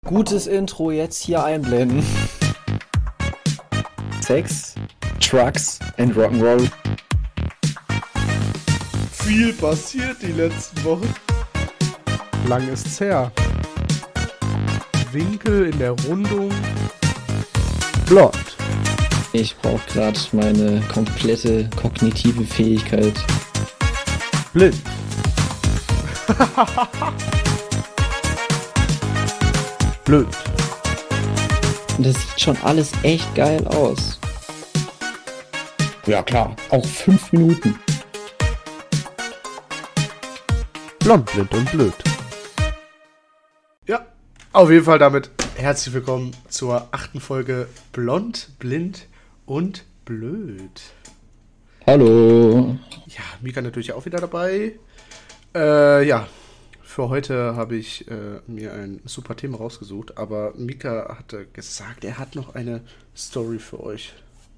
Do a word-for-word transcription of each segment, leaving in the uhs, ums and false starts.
Gutes Intro jetzt hier einblenden. Sex, Trucks and Rock'n'Roll. Viel passiert die letzten Wochen. Lang ist's her. Winkel in der Rundung. Blond. Ich brauche gerade meine komplette kognitive Fähigkeit. Blind. Blöd. Und das sieht schon alles echt geil aus. Ja klar, auch fünf Minuten. Blond, blind und blöd. Ja, auf jeden Fall damit herzlich willkommen zur achten Folge Blond, Blind und Blöd. Hallo. Ja, Mika natürlich auch wieder dabei. Äh, ja, für heute habe ich äh, mir ein super Thema rausgesucht, aber Mika hatte gesagt, er hat noch eine Story für euch.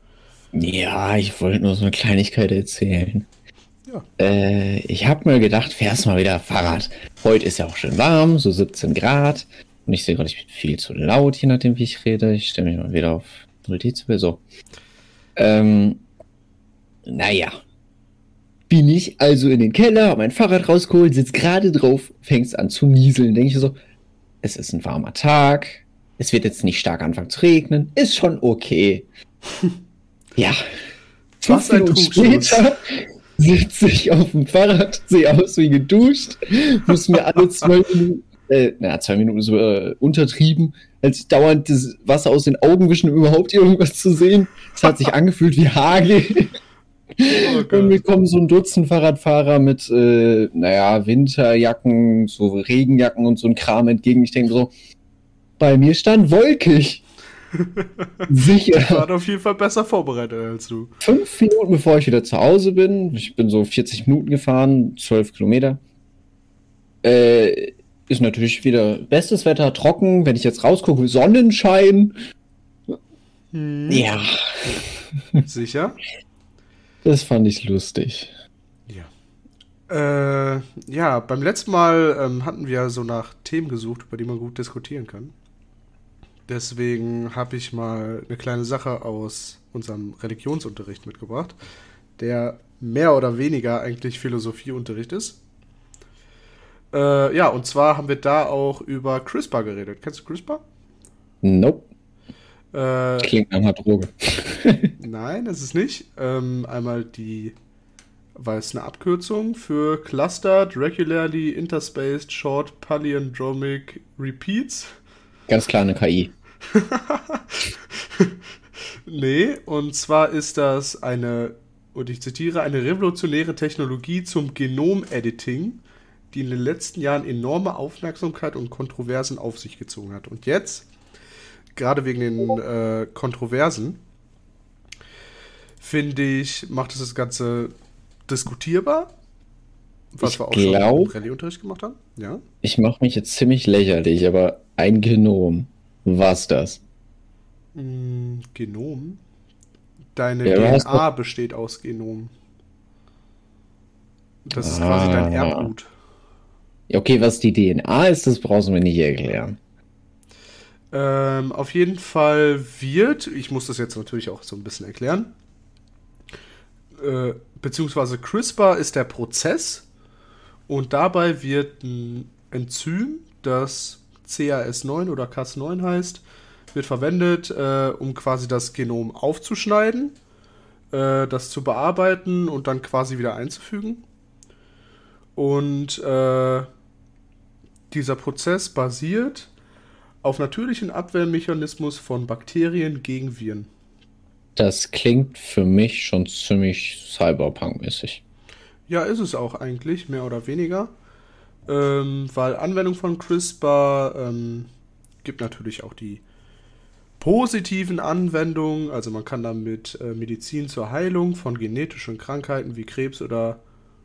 Ja, ich wollte nur so eine Kleinigkeit erzählen. Ja. Äh, ich habe mir gedacht, fährst mal wieder Fahrrad. Heute ist ja auch schön warm, so siebzehn Grad. Und ich sehe gerade, ich bin viel zu laut, je nachdem, wie ich rede. Ich stelle mich mal wieder auf Notizbücher. So. Ähm, naja. Bin ich also in den Keller, hab mein Fahrrad rausgeholt, sitz gerade drauf, fängt's an zu nieseln. Denke ich so, es ist ein warmer Tag, es wird jetzt nicht stark anfangen zu regnen, ist schon okay. Ja, Was fünf ein Minuten Trugschluss. später sitze ich auf dem Fahrrad, sehe aus wie geduscht, muss mir alle zwei Minuten, äh, na, zwei Minuten so äh, untertrieben, als dauernd das Wasser aus den Augen wischen, um überhaupt irgendwas zu sehen. Es hat sich angefühlt wie Hagel. Oh Und mir Gott. kommen so ein Dutzend Fahrradfahrer mit, äh, naja, Winterjacken, so Regenjacken und so ein Kram entgegen. Ich denke so, bei mir stand wolkig. Ich Sicher. war auf jeden Fall besser vorbereitet als du. Fünf Minuten bevor ich wieder zu Hause bin, ich bin so vierzig Minuten gefahren, zwölf Kilometer, äh, ist natürlich wieder bestes Wetter, trocken. Wenn ich jetzt rausgucke, Sonnenschein. Hm. Ja, Sicher? das fand ich lustig. Ja. Äh, ja, beim letzten Mal ähm, hatten wir so nach Themen gesucht, über die man gut diskutieren kann. Deswegen habe ich mal eine kleine Sache aus unserem Religionsunterricht mitgebracht, der mehr oder weniger eigentlich Philosophieunterricht ist. Äh, ja, und zwar haben wir da auch über CRISPR geredet. Kennst du CRISPR? Nope, Äh, klingt nach einer Droge. Nein, das ist nicht. Ähm, einmal die, weil es eine Abkürzung für Clustered Regularly Interspaced Short Palindromic Repeats. Ganz klar eine K I. Nee, und zwar ist das eine, und ich zitiere, eine revolutionäre Technologie zum Genom-Editing, die in den letzten Jahren enorme Aufmerksamkeit und Kontroversen auf sich gezogen hat. Und jetzt, gerade wegen den äh, Kontroversen, finde ich, macht es das Ganze diskutierbar, was Ich wir auch schon glaub- im Rallye-Unterricht gemacht haben. Ja. Ich mache mich jetzt ziemlich lächerlich, aber ein Genom, was das? Mm, Genom? Deine Ja, du hast D N A besteht aus Genom. Das ist Ah. quasi dein Erbgut. Ja, okay, was die D N A ist, das brauchst du mir nicht erklären. Ähm, auf jeden Fall wird, ich muss das jetzt natürlich auch so ein bisschen erklären, äh, beziehungsweise CRISPR ist der Prozess und dabei wird ein Enzym, das C A S neun oder Cas neun heißt, wird verwendet, äh, um quasi das Genom aufzuschneiden, äh, das zu bearbeiten und dann quasi wieder einzufügen. Und äh, dieser Prozess basiert auf natürlichen Abwehrmechanismus von Bakterien gegen Viren. Das klingt für mich schon ziemlich Cyberpunk-mäßig. Ja, ist es auch eigentlich, mehr oder weniger. Ähm, weil Anwendung von CRISPR ähm, gibt natürlich auch die positiven Anwendungen. Also man kann damit äh, Medizin zur Heilung von genetischen Krankheiten wie Krebs oder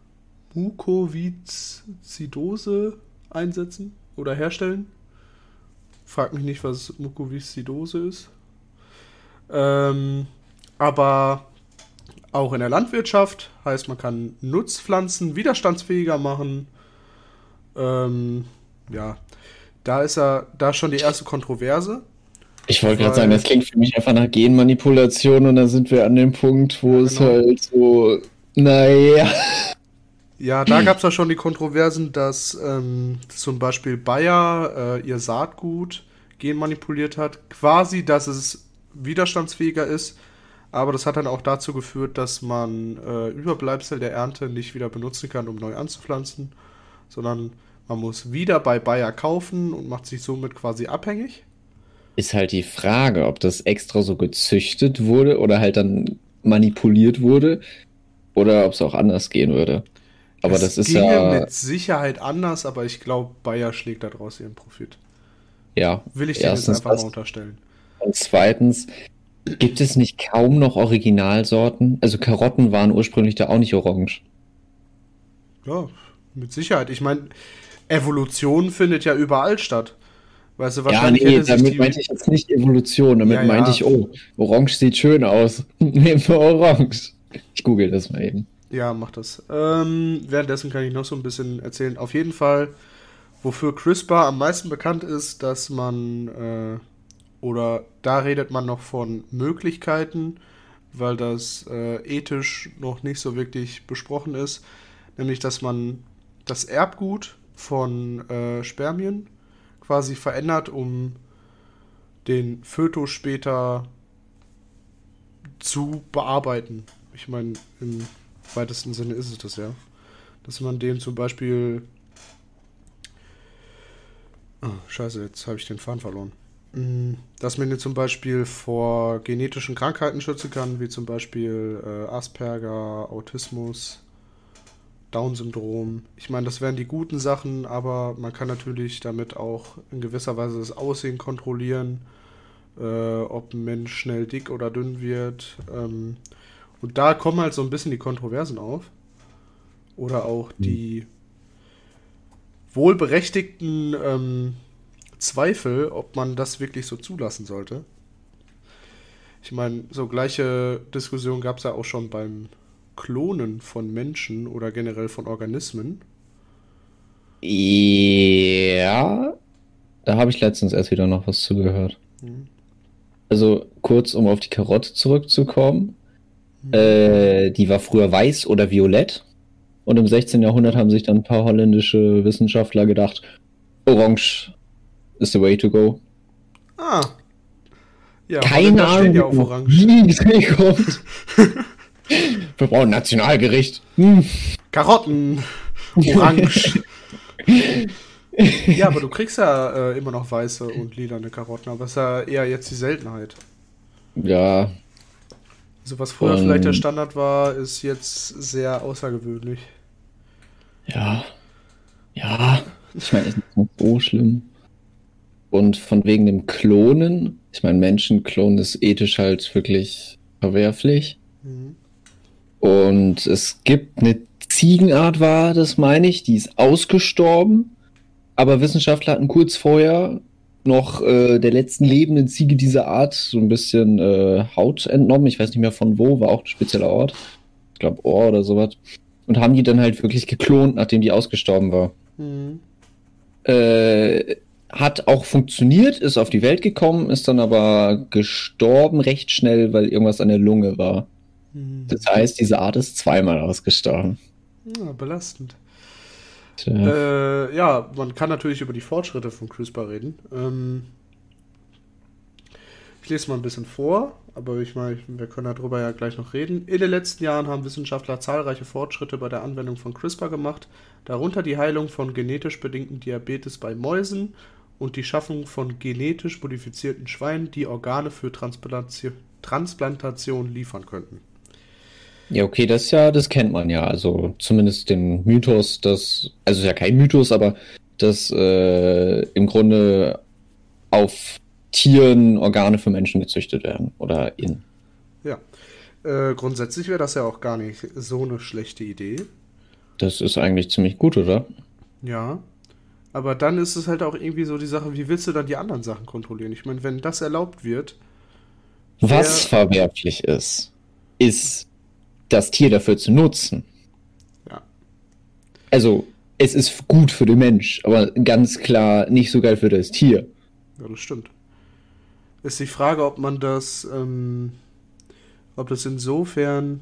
Mukoviszidose einsetzen oder herstellen. Frag mich nicht, was Mukoviszidose ist. Ähm, aber auch in der Landwirtschaft, heißt, man kann Nutzpflanzen widerstandsfähiger machen. Ähm, ja, Da ist er, da schon die erste Kontroverse. Ich wollte gerade Weil- sagen, das klingt für mich einfach nach Genmanipulation und da sind wir an dem Punkt, wo Ja, es genau. halt so, naja. Ja, da gab es ja schon die Kontroversen, dass ähm, zum Beispiel Bayer äh, ihr Saatgut genmanipuliert hat. Quasi, dass es widerstandsfähiger ist. Aber das hat dann auch dazu geführt, dass man äh, Überbleibsel der Ernte nicht wieder benutzen kann, um neu anzupflanzen. Sondern man muss wieder bei Bayer kaufen und macht sich somit quasi abhängig. Ist halt die Frage, ob das extra so gezüchtet wurde oder halt dann manipuliert wurde oder ob es auch anders gehen würde. Aber Es das ist ginge ja, mit Sicherheit anders, aber ich glaube, Bayer schlägt daraus ihren Profit. ja, Will ich dir jetzt erstens einfach das. mal unterstellen. Und zweitens, gibt es nicht kaum noch Originalsorten? Also Karotten waren ursprünglich da auch nicht orange. Ja, mit Sicherheit. Ich meine, Evolution findet ja überall statt. Weißt du, Ja, wahrscheinlich nee, hätte sich damit die... meinte ich jetzt nicht Evolution, damit Ja, ja. meinte ich, oh, orange sieht schön aus. Nehmen wir orange. Ich google das mal eben. Ja, mach das. Ähm, währenddessen kann ich noch so ein bisschen erzählen. Auf jeden Fall, wofür CRISPR am meisten bekannt ist, dass man, äh, oder da redet man noch von Möglichkeiten, weil das äh, ethisch noch nicht so wirklich besprochen ist, nämlich, dass man das Erbgut von äh, Spermien quasi verändert, um den Fötus später zu bearbeiten. Ich meine, im weitesten Sinne ist es das ja. Dass man dem zum Beispiel... Oh, scheiße, jetzt habe ich den Faden verloren. Mm, Dass man den zum Beispiel vor genetischen Krankheiten schützen kann, wie zum Beispiel äh, Asperger, Autismus, Down-Syndrom. Ich meine, das wären die guten Sachen, aber man kann natürlich damit auch in gewisser Weise das Aussehen kontrollieren, äh, ob ein Mensch schnell dick oder dünn wird. Ähm, und da kommen halt so ein bisschen die Kontroversen auf. Oder auch die wohlberechtigten ähm, Zweifel, ob man das wirklich so zulassen sollte. Ich meine, so gleiche Diskussion gab es ja auch schon beim Klonen von Menschen oder generell von Organismen. Ja, da habe ich letztens erst wieder noch was zugehört. Mhm. Also kurz, um auf die Karotte zurückzukommen. Äh, die war früher weiß oder violett. Und im sechzehnten. Jahrhundert haben sich dann ein paar holländische Wissenschaftler gedacht, Orange is the way to go. Ah. Ja, Keine Holländer stehen Ahnung, ja auf wo Orange. die Idee kommt. Wir brauchen ein Nationalgericht. Hm. Karotten. Orange. Ja, aber du kriegst ja äh, immer noch weiße und lilane Karotten, aber das ist ja eher jetzt die Seltenheit. Ja, Also was früher Und- vielleicht der Standard war, ist jetzt sehr außergewöhnlich. ja, ja. Ich meine, es ist nicht so schlimm. Und von wegen dem Klonen, ich meine, Menschen klonen ist ethisch halt wirklich verwerflich. Mhm. Und es gibt eine Ziegenart, war das, meine ich, die ist ausgestorben. Aber Wissenschaftler hatten kurz vorher noch äh, der letzten lebenden Ziege dieser Art so ein bisschen äh, Haut entnommen. Ich weiß nicht mehr von wo, war auch ein spezieller Ort. Ich glaube Ohr oder sowas. Und haben die dann halt wirklich geklont, nachdem die ausgestorben war. Mhm. Äh, hat auch funktioniert, ist auf die Welt gekommen, ist dann aber gestorben recht schnell, weil irgendwas an der Lunge war. Mhm. Das heißt, diese Art ist zweimal ausgestorben. Ja, belastend. Tja. Äh, ja, man kann natürlich über die Fortschritte von CRISPR reden. Ähm, ich lese mal ein bisschen vor, aber ich meine, wir können darüber ja gleich noch reden. In den letzten Jahren haben Wissenschaftler zahlreiche Fortschritte bei der Anwendung von CRISPR gemacht, darunter die Heilung von genetisch bedingtem Diabetes bei Mäusen und die Schaffung von genetisch modifizierten Schweinen, die Organe für Transplantation, Transplantation liefern könnten. Ja, okay, das ja, das kennt man ja. Also zumindest den Mythos, dass, also ist ja kein Mythos, aber dass äh, im Grunde auf Tieren Organe für Menschen gezüchtet werden oder in. Ja, äh, grundsätzlich wäre das ja auch gar nicht so eine schlechte Idee. Das ist eigentlich ziemlich gut, oder? Ja, aber dann ist es halt auch irgendwie so die Sache, wie willst du dann die anderen Sachen kontrollieren? Ich meine, wenn das erlaubt wird, Was wer- verwerflich ist, ist das Tier dafür zu nutzen. Ja. Also es ist gut für den Mensch, aber ganz klar nicht so geil für das Tier. Ja, das stimmt. Ist die Frage, ob man das, ähm, ob das insofern.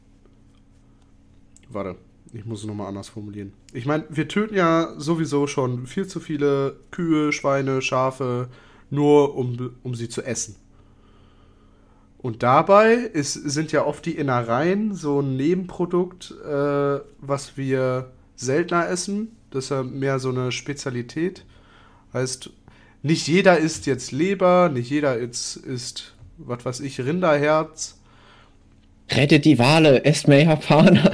Warte, ich muss es nochmal anders formulieren. Ich meine, wir töten ja sowieso schon viel zu viele Kühe, Schweine, Schafe, nur um, um sie zu essen. Und dabei ist, sind ja oft die Innereien so ein Nebenprodukt, äh, was wir seltener essen. Das ist ja mehr so eine Spezialität. Heißt, nicht jeder isst jetzt Leber, nicht jeder isst, isst was weiß ich, Rinderherz. Rettet die Wale, esst mehr Japaner.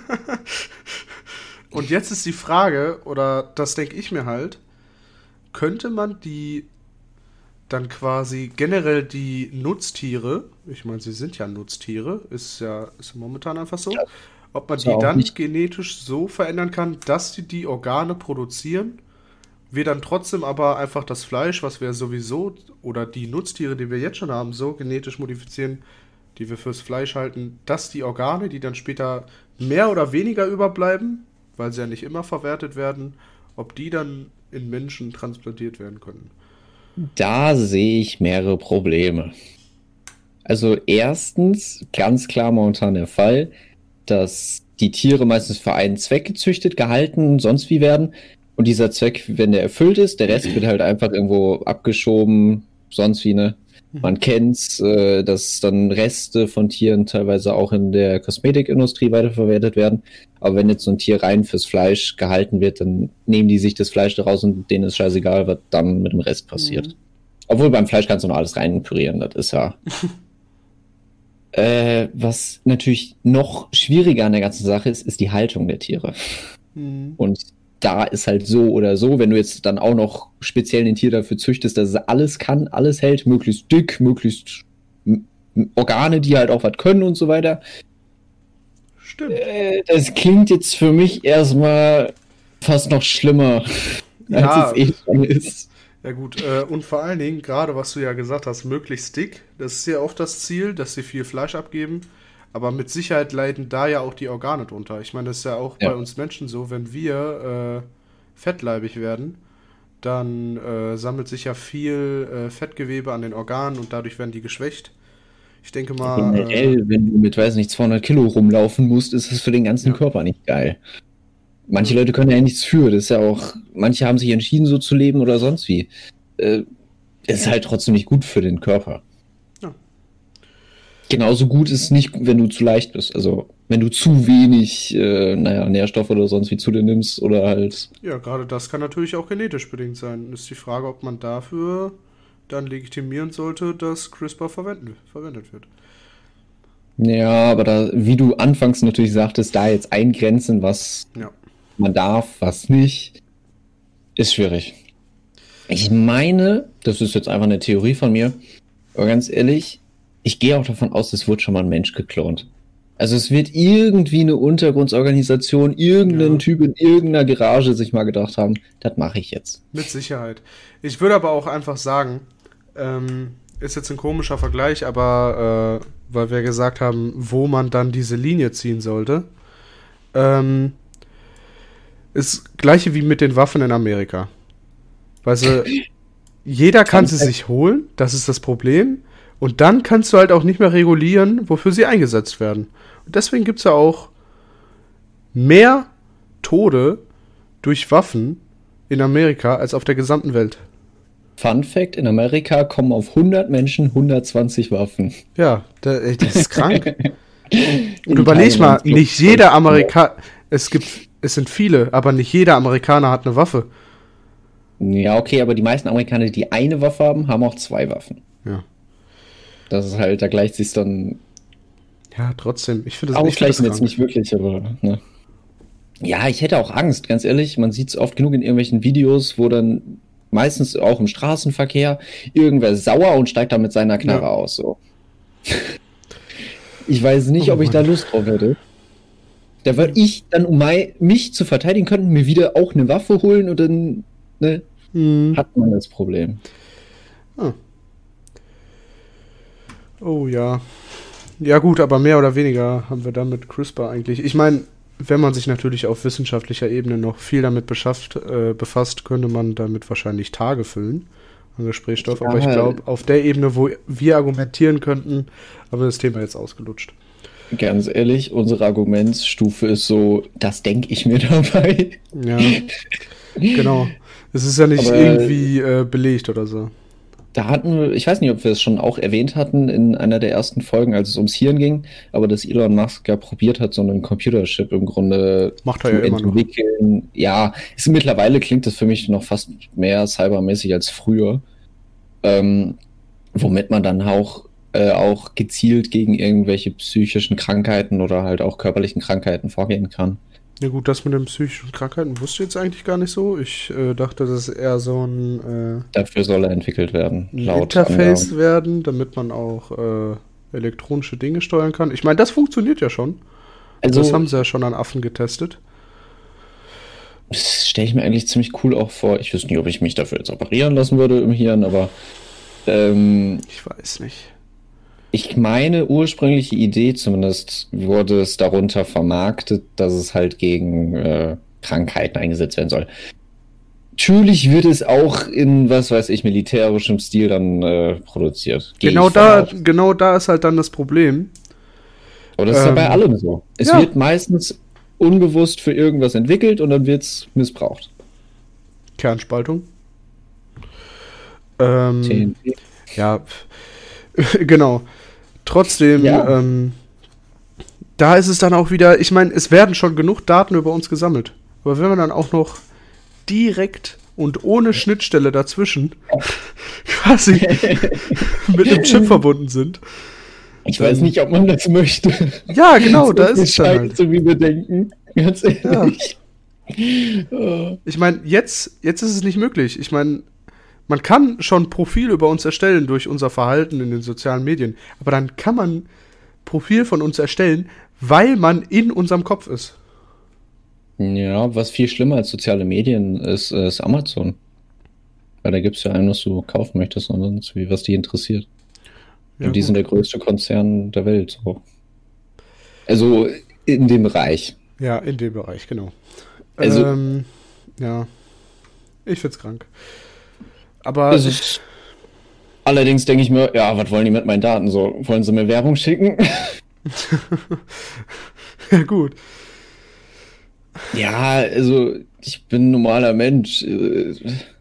Und jetzt ist die Frage, oder das denke ich mir halt, könnte man die dann quasi generell die Nutztiere, ich meine, sie sind ja Nutztiere, ist ja ist momentan einfach so, Ja, ob man ist die ja auch dann nicht. genetisch so verändern kann, dass sie die Organe produzieren, wir dann trotzdem aber einfach das Fleisch, was wir sowieso, oder die Nutztiere, die wir jetzt schon haben, so genetisch modifizieren, die wir fürs Fleisch halten, dass die Organe, die dann später mehr oder weniger überbleiben, weil sie ja nicht immer verwertet werden, ob die dann in Menschen transplantiert werden können. Da sehe ich mehrere Probleme. Also erstens, ganz klar momentan der Fall, dass die Tiere meistens für einen Zweck gezüchtet, gehalten, sonst wie werden. Und dieser Zweck, wenn der erfüllt ist, der Rest wird halt einfach irgendwo abgeschoben, sonst wie, ne? Man kennt's, äh, dass dann Reste von Tieren teilweise auch in der Kosmetikindustrie weiterverwertet werden. Aber wenn jetzt so ein Tier rein fürs Fleisch gehalten wird, dann nehmen die sich das Fleisch daraus und denen ist scheißegal, was dann mit dem Rest passiert. Mhm. Obwohl beim Fleisch kannst du noch alles reinpürieren, das ist ja. äh, was natürlich noch schwieriger an der ganzen Sache ist, ist die Haltung der Tiere. Mhm. Und da ist halt so oder so, wenn du jetzt dann auch noch speziell ein Tier dafür züchtest, dass es alles kann, alles hält, möglichst dick, möglichst m- m- Organe, die halt auch was können und so weiter. Stimmt. Äh, das klingt jetzt für mich erstmal fast noch schlimmer, Ja. als es eh schon ist. Ja gut, äh, und vor allen Dingen, gerade was du ja gesagt hast, möglichst dick, das ist ja oft das Ziel, dass sie viel Fleisch abgeben, aber mit Sicherheit leiden da ja auch die Organe drunter. Ich meine, das ist ja auch Ja. bei uns Menschen so, wenn wir äh, fettleibig werden, dann äh, sammelt sich ja viel äh, Fettgewebe an den Organen und dadurch werden die geschwächt. Ich denke mal, äh, Generell, wenn du mit, weiß nicht, zweihundert Kilo rumlaufen musst, ist es für den ganzen Ja. Körper nicht geil. Manche Leute können ja nichts für, das ist ja auch, manche haben sich entschieden, so zu leben oder sonst wie. Äh, ist halt trotzdem nicht gut für den Körper. Ja. Genauso gut ist es nicht, wenn du zu leicht bist. Also, wenn du zu wenig, äh, naja, Nährstoffe oder sonst wie zu dir nimmst oder halt. ja, gerade das kann natürlich auch genetisch bedingt sein. Ist die Frage, ob man dafür dann legitimieren sollte, dass CRISPR verwenden, verwendet wird. Ja, aber da, wie du anfangs natürlich sagtest, da jetzt eingrenzen, was Ja. man darf, was nicht, ist schwierig. Ich meine, das ist jetzt einfach eine Theorie von mir, aber ganz ehrlich, ich gehe auch davon aus, es wurde schon mal ein Mensch geklont. Also es wird irgendwie eine Untergrundsorganisation, irgendein Ja. Typ in irgendeiner Garage sich mal gedacht haben, das mache ich jetzt. Mit Sicherheit. Ich würde aber auch einfach sagen, ähm, ist jetzt ein komischer Vergleich, aber äh, weil wir gesagt haben, wo man dann diese Linie ziehen sollte, ähm, ist gleiche wie mit den Waffen in Amerika. Weißt du, jeder kann sie sich holen, das ist das Problem. Und dann kannst du halt auch nicht mehr regulieren, wofür sie eingesetzt werden. Und deswegen gibt es ja auch mehr Tode durch Waffen in Amerika als auf der gesamten Welt. Fun Fact, in Amerika kommen auf hundert Menschen hundertzwanzig Waffen. Ja, da, ey, das ist krank. Und In überleg mal, Thailand nicht jeder Amerikaner, es gibt, es sind viele, aber nicht jeder Amerikaner hat eine Waffe. Ja, okay, aber die meisten Amerikaner, die eine Waffe haben, haben auch zwei Waffen. Ja, Das ist halt, da gleicht sich dann ja trotzdem. Ich finde das, ich find das ausgleichen jetzt krank. nicht wirklich, aber ne. Ja, ich hätte auch Angst, ganz ehrlich. Man sieht es oft genug in irgendwelchen Videos, wo dann meistens auch im Straßenverkehr irgendwer sauer und steigt da mit seiner Knarre Ja. aus. So. Ich weiß nicht, Oh ob ich da Mann. Lust drauf hätte. Da würde ich dann, um mei- mich zu verteidigen, könnten mir wieder auch eine Waffe holen und dann ne, Hm. hat man das Problem. Oh ja. Ja gut, aber mehr oder weniger haben wir dann mit CRISPR eigentlich. Ich meine, wenn man sich natürlich auf wissenschaftlicher Ebene noch viel damit beschafft, äh, befasst, könnte man damit wahrscheinlich Tage füllen an Gesprächsstoff. Ja. Aber ich glaube, auf der Ebene, wo wir argumentieren könnten, haben wir das Thema jetzt ausgelutscht. Ganz ehrlich, unsere Argumentsstufe ist so, das denke ich mir dabei. Ja, genau. Es ist ja nicht Aber irgendwie äh, belegt oder so. Da hatten wir, ich weiß nicht, ob wir es schon auch erwähnt hatten in einer der ersten Folgen, als es ums Hirn ging, aber dass Elon Musk ja probiert hat, so einen Computerchip im Grunde Macht er ja immer noch. entwickeln. Ja, ist, mittlerweile klingt das für mich noch fast mehr cybermäßig als früher. Ähm, womit man dann auch, äh, auch gezielt gegen irgendwelche psychischen Krankheiten oder halt auch körperlichen Krankheiten vorgehen kann. Ja gut, das mit den psychischen Krankheiten wusste ich jetzt eigentlich gar nicht so. Ich äh, dachte, das ist eher so ein, äh, Dafür soll er entwickelt werden. ein laut Interface Angaben. werden, damit man auch äh, elektronische Dinge steuern kann. Ich meine, das funktioniert ja schon. Also, Das haben sie ja schon an Affen getestet. das stelle ich mir eigentlich ziemlich cool auch vor. Ich wüsste nicht, ob ich mich dafür jetzt operieren lassen würde im Hirn, aber ähm, Ich weiß nicht. ich meine, ursprüngliche Idee zumindest wurde es darunter vermarktet, dass es halt gegen äh, Krankheiten eingesetzt werden soll. Natürlich wird es auch in, was weiß ich, militärischem Stil dann äh, produziert. Gehe Genau ich von da, aus. genau da ist halt dann das Problem. Aber das ist ja ähm, bei allem so. Es ja. wird meistens unbewusst für irgendwas entwickelt und dann wird es missbraucht. Kernspaltung. Ähm, T N T. ja, genau. Trotzdem, Ja. ähm, da ist es dann auch wieder, ich meine, es werden schon genug Daten über uns gesammelt. Aber wenn man dann auch noch direkt und ohne Schnittstelle dazwischen quasi mit einem Chip verbunden sind. Ich weiß nicht, ob man das möchte. Ja, genau, da So ist es dann Scheiße, halt. so wie wir denken. Ganz ehrlich. Oh. Ich meine, jetzt, jetzt ist es nicht möglich. Ich meine, man kann schon ein Profil über uns erstellen durch unser Verhalten in den sozialen Medien. Aber dann kann man ein Profil von uns erstellen, weil man in unserem Kopf ist. Ja, was viel schlimmer als soziale Medien ist, ist Amazon. Weil da gibst du ja ein, was du kaufen möchtest und sonst wie, was dich interessiert. Ja, und die gut. sind der größte Konzern der Welt. So. Also in dem Bereich. Ja, in dem Bereich, genau. Also- ähm, ja, ich find's krank. Aber Das ist, allerdings denke ich mir, ja, was wollen die mit meinen Daten so? Wollen sie mir Werbung schicken? ja, gut. Ja, also ich bin ein normaler Mensch. Äh,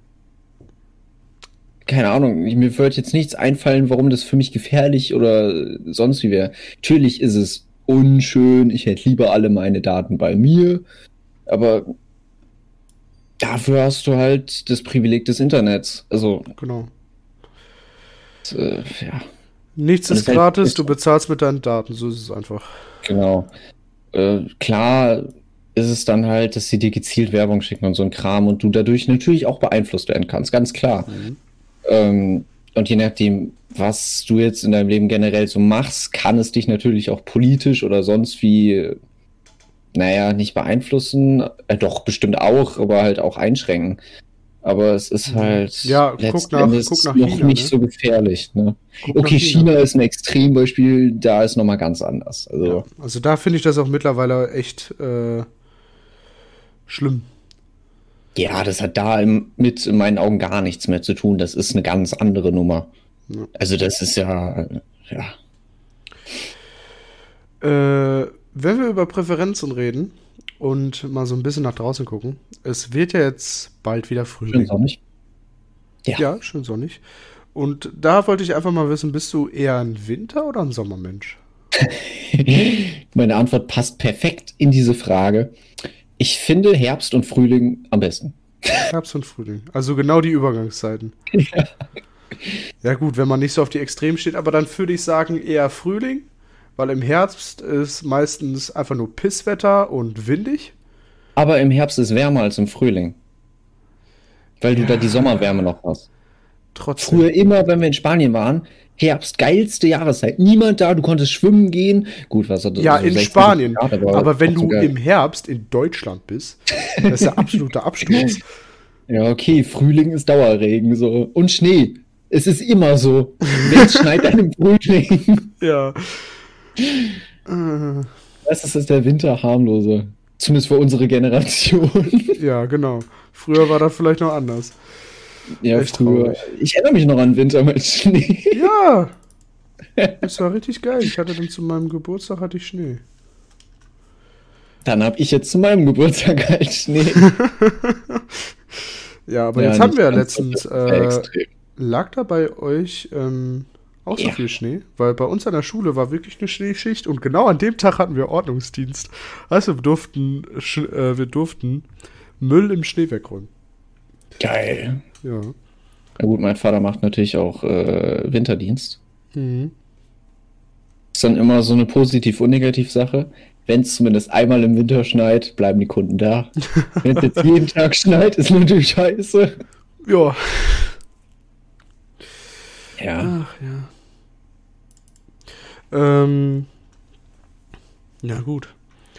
Keine Ahnung, mir wird jetzt nichts einfallen, warum das für mich gefährlich oder sonst wie wäre. Natürlich ist es unschön, ich hätte lieber alle meine Daten bei mir, aber dafür hast du halt das Privileg des Internets. Also, Genau. äh, ja, Nichts Und ist es halt- gratis, ist- du bezahlst mit deinen Daten, so ist es einfach. genau. Äh, klar ist es dann halt, dass sie dir gezielt Werbung schicken und so ein Kram und du dadurch natürlich auch beeinflusst werden kannst, ganz klar. Mhm. Ähm, und je nachdem, was du jetzt in deinem Leben generell so machst, kann es dich natürlich auch politisch oder sonst wie, naja, nicht beeinflussen. Äh, doch, bestimmt auch, aber halt auch einschränken. Aber es ist halt Ja, guck letzten nach- Endes guck nach noch China, nicht ne? so gefährlich. Ne? Guck nach Okay, China. China ist ein Extrembeispiel, da ist nochmal ganz anders. Also, Ja, also da finde ich das auch mittlerweile echt äh, schlimm. ja, das hat da im, mit in meinen Augen gar nichts mehr zu tun. Das ist eine ganz andere Nummer. Ja. Also das ist ja, äh, ja. Äh, wenn wir über Präferenzen reden und mal so ein bisschen nach draußen gucken, es wird ja jetzt bald wieder Schön Frühling. sonnig. Ja. Ja, schön sonnig. Und da wollte ich einfach mal wissen, bist du eher ein Winter- oder ein Sommermensch? Meine Antwort passt perfekt in diese Frage. Ich finde Herbst und Frühling am besten. Herbst und Frühling. Also genau die Übergangszeiten. Ja. Ja gut, wenn man nicht so auf die Extremen steht, aber dann würde ich sagen eher Frühling, weil im Herbst ist meistens einfach nur Pisswetter und windig. Aber im Herbst ist wärmer als im Frühling. Weil du Ja. da die Sommerwärme noch hast. Trotzdem. Früher immer, wenn wir in Spanien waren, Herbst, geilste Jahreszeit. Niemand da, du konntest schwimmen gehen. Gut, was hat das? Ja, so in sechzehn Spanien. Grad, aber wenn du trotzdem geil. im Herbst in Deutschland bist, das ist ja absoluter Absturz. Ja, okay, Frühling ist Dauerregen so. Und Schnee. Es ist immer so. Wenn es schneit, dann im Frühling. Ja. Äh, Das ist der Winter harmlose. Zumindest für unsere Generation. Ja, genau. Früher war das vielleicht noch anders. Ja, Echt früher. traurig. Ich erinnere mich noch an Winter mit Schnee. Ja! Das war richtig geil. Ich hatte dann zu meinem Geburtstag hatte ich Schnee. Dann habe ich jetzt zu meinem Geburtstag halt Schnee. Ja, aber Ja, jetzt haben nicht wir ja ganz letztens, so, das war äh, extrem. lag da bei euch ähm, auch so Ja. viel Schnee? Weil bei uns an der Schule war wirklich eine Schneeschicht und genau an dem Tag hatten wir Ordnungsdienst. Also wir durften, Sch- äh, wir durften Müll im Schnee wegräumen. Geil. Ja. Na gut, mein Vater macht natürlich auch äh, Winterdienst. Mhm. Ist dann immer so eine Positiv- und Negativ-Sache. Wenn es zumindest einmal im Winter schneit, bleiben die Kunden da. Wenn es jetzt jeden Tag schneit, ist natürlich scheiße. Ja. Ja. Ach ja. Ähm. Ja, gut.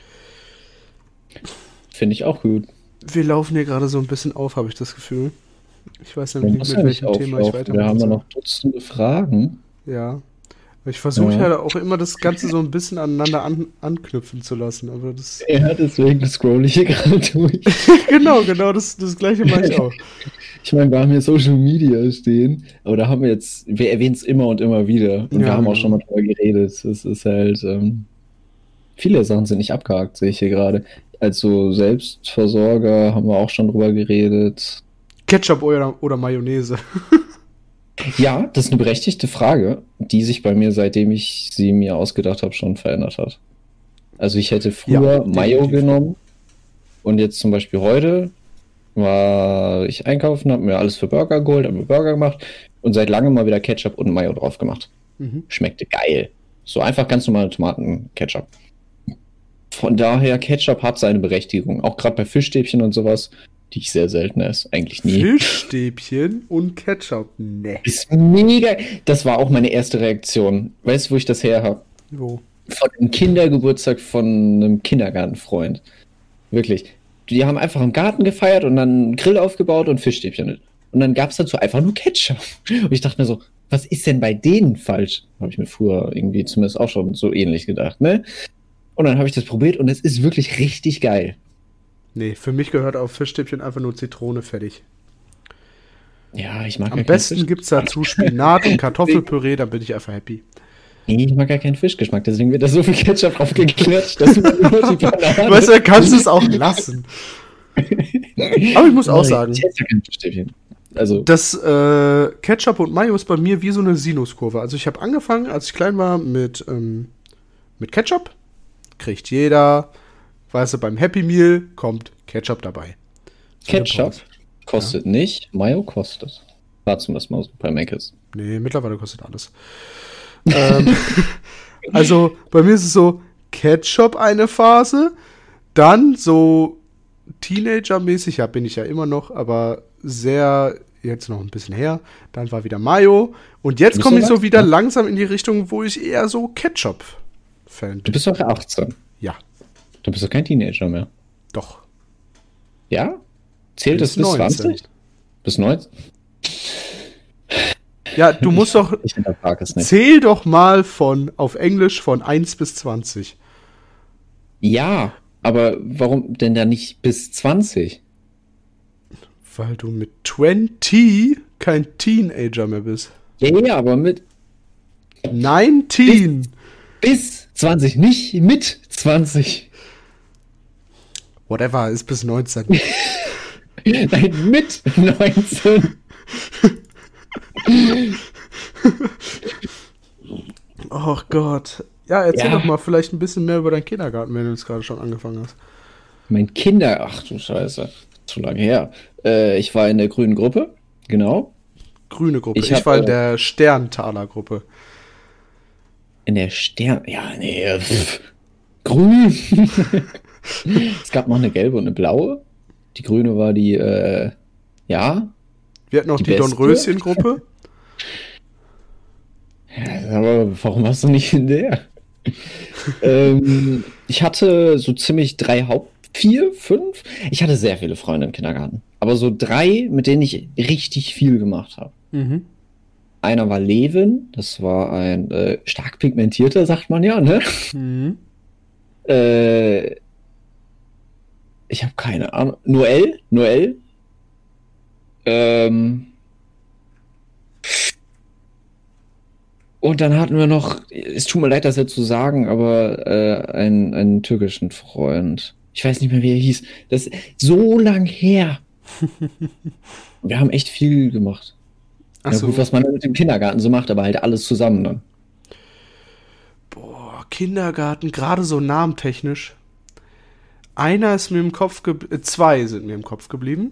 Finde ich auch gut. Wir laufen hier gerade so ein bisschen auf, habe ich das Gefühl. Ich weiß Man nämlich muss nicht, ja mit nicht welchem Thema ich auflaufen. Wir weitermachen haben ja soll. noch Dutzende Fragen. Ja. Ich versuche Ja. ja auch immer das Ganze so ein bisschen aneinander an, anknüpfen zu lassen, aber das. Ja, deswegen scroll ich hier gerade durch. Genau, genau, das, das gleiche mache ich auch. Ich meine, wir haben hier Social Media stehen, aber da haben wir jetzt, wir erwähnen es immer und immer wieder. Und Ja, wir haben auch genau. schon mal drüber geredet. Es ist halt, ähm, viele Sachen sind nicht abgehakt, sehe ich hier gerade. Also Selbstversorger haben wir auch schon drüber geredet. Ketchup oder, oder Mayonnaise. Ja, das ist eine berechtigte Frage, die sich bei mir, seitdem ich sie mir ausgedacht habe, schon verändert hat. Also ich hätte früher Ja, Mayo definitiv. genommen und jetzt zum Beispiel heute war ich einkaufen, habe mir alles für Burger geholt, habe mir Burger gemacht und seit langem mal wieder Ketchup und Mayo drauf gemacht. Mhm. Schmeckte geil. So einfach ganz normale Tomaten-Ketchup. Von daher, Ketchup hat seine Berechtigung. Auch gerade bei Fischstäbchen und sowas, die ich sehr selten esse. Eigentlich nie. Fischstäbchen und Ketchup. Ne. Ist mega. Das war auch meine erste Reaktion. Weißt du, wo ich das her habe? Wo? Von einem Kindergeburtstag von einem Kindergartenfreund. Wirklich. Die haben einfach im Garten gefeiert und dann einen Grill aufgebaut und Fischstäbchen. Und dann gab es dazu einfach nur Ketchup. Und ich dachte mir so, was ist denn bei denen falsch? Habe ich mir früher irgendwie zumindest auch schon so ähnlich gedacht, ne? Und dann habe ich das probiert und es ist wirklich richtig geil. Nee, für mich gehört auf Fischstäbchen einfach nur Zitrone fertig. Ja, ich mag Am gar keinen besten Fisch- gibt's dazu Spinat und Kartoffelpüree, dann bin ich einfach happy. Nee, ich mag gar keinen Fischgeschmack, deswegen wird da so viel Ketchup drauf geklatscht, dass man nur die Banane... Weißt du, dann kannst du es auch lassen. Aber ich muss auch sagen, Ich esse ja kein Fischstäbchen. Also, das äh, Ketchup und Mayo ist bei mir wie so eine Sinuskurve. Also ich habe angefangen, als ich klein war, mit, ähm, mit Ketchup. Kriegt jeder. Weißt du, beim Happy Meal kommt Ketchup dabei. So eine Ketchup Pause. kostet nicht, Mayo kostet. War zumindest mal so bei Mc's. Nee, mittlerweile kostet alles. ähm, also bei mir ist es so, Ketchup eine Phase, dann so Teenager-mäßig, ja, bin ich ja immer noch, aber sehr, jetzt noch ein bisschen her, dann war wieder Mayo und Du jetzt bist komme ich so so wieder weit, ne? langsam in die Richtung, wo ich eher so Ketchup-Fan Du bin. bist doch achtzehn. Ja, Du bist doch kein Teenager mehr. doch. Ja? Zählt das bis neunzehn. zwanzig? Bis neunzehn? Ja, du musst doch, Ich hinterfrage es nicht. zähl doch mal von, auf Englisch von eins bis zwanzig. Ja, aber warum denn da nicht bis zwanzig? Weil du mit zwanzig kein Teenager mehr bist. Ja, ja, aber mit neunzehn. bis zwanzig, nicht mit zwanzig. Whatever, ist bis neunzehn. Nein, mit neunzehn. Oh Gott. Ja, erzähl Ja. doch mal vielleicht ein bisschen mehr über deinen Kindergarten, wenn du es gerade schon angefangen hast. Mein Kinder, ach du Scheiße, zu lange her. Äh, ich war in der grünen Gruppe, genau. Grüne Gruppe. Ich Ich, hab, war in äh, der Sterntaler Gruppe. In der Stern, ja, nee, äh, pff, grün. Es gab noch eine gelbe und eine blaue. Die grüne war die, äh, ja. Wir hatten noch die die, beste? Dornröschen-Gruppe. Ja, aber warum warst du nicht in der? ähm, ich hatte so ziemlich drei Haupt, vier, fünf. Ich hatte sehr viele Freunde im Kindergarten. Aber so drei, mit denen ich richtig viel gemacht habe. Mhm. Einer war Levin, das war ein äh, stark pigmentierter, sagt man ja, ne? Mhm. Äh, Ich habe keine Ahnung. Noel? Noel? Ähm. Und dann hatten wir noch, es tut mir leid, das jetzt zu sagen, aber äh, einen, einen türkischen Freund. Ich weiß nicht mehr, wie er hieß. Das ist so lang her. Wir haben echt viel gemacht. Ach Ja so. gut, was man mit dem Kindergarten so macht, aber halt alles zusammen dann. Boah, Kindergarten, gerade so namentechnisch. Einer ist mir im Kopf geblieben, zwei sind mir im Kopf geblieben.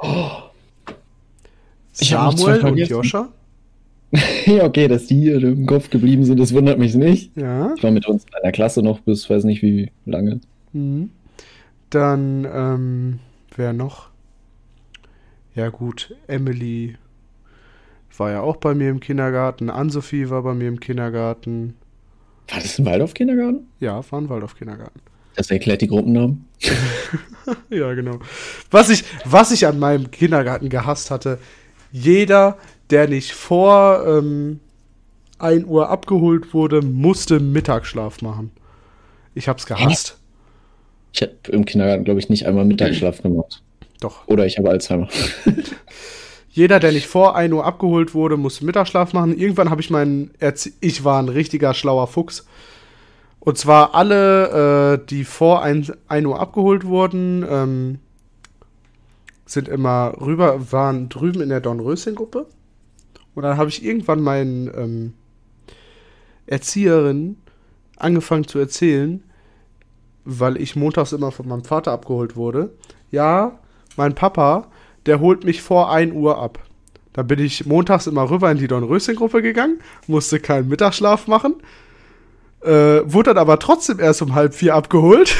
Ich hab noch zwei Samuel und vergessen. Joscha. Ja, okay, dass die hier im Kopf geblieben sind, das wundert mich nicht. Ja. Ich war mit uns in einer Klasse noch bis, weiß nicht wie lange. Mhm. Dann, ähm, wer noch? Ja gut, Emily war ja auch bei mir im Kindergarten. Ann-Sophie war bei mir im Kindergarten. War das ein Waldorf-Kindergarten? Ja, war ein Waldorf-Kindergarten. Das erklärt die Gruppennamen. Ja, genau. Was ich, was ich an meinem Kindergarten gehasst hatte, jeder, der nicht vor ähm, ein Uhr abgeholt wurde, musste Mittagsschlaf machen. Ich hab's gehasst. Ich habe im Kindergarten, glaube ich, nicht einmal Mittagsschlaf gemacht. Doch. Oder ich habe Alzheimer. Jeder, der nicht vor ein Uhr abgeholt wurde, musste Mittagsschlaf machen. Irgendwann habe ich meinen Erzie- ich war ein richtiger schlauer Fuchs. Und zwar alle, äh, die vor ein Uhr abgeholt wurden, ähm, sind immer rüber, waren drüben in der Dornröschen-Gruppe. Und dann habe ich irgendwann meinen ähm, Erzieherin angefangen zu erzählen, weil ich montags immer von meinem Vater abgeholt wurde. Ja, mein Papa, der holt mich vor ein Uhr ab. Da bin ich montags immer rüber in die Dornröschen-Gruppe gegangen, musste keinen Mittagsschlaf machen, äh, wurde dann aber trotzdem erst um halb vier abgeholt.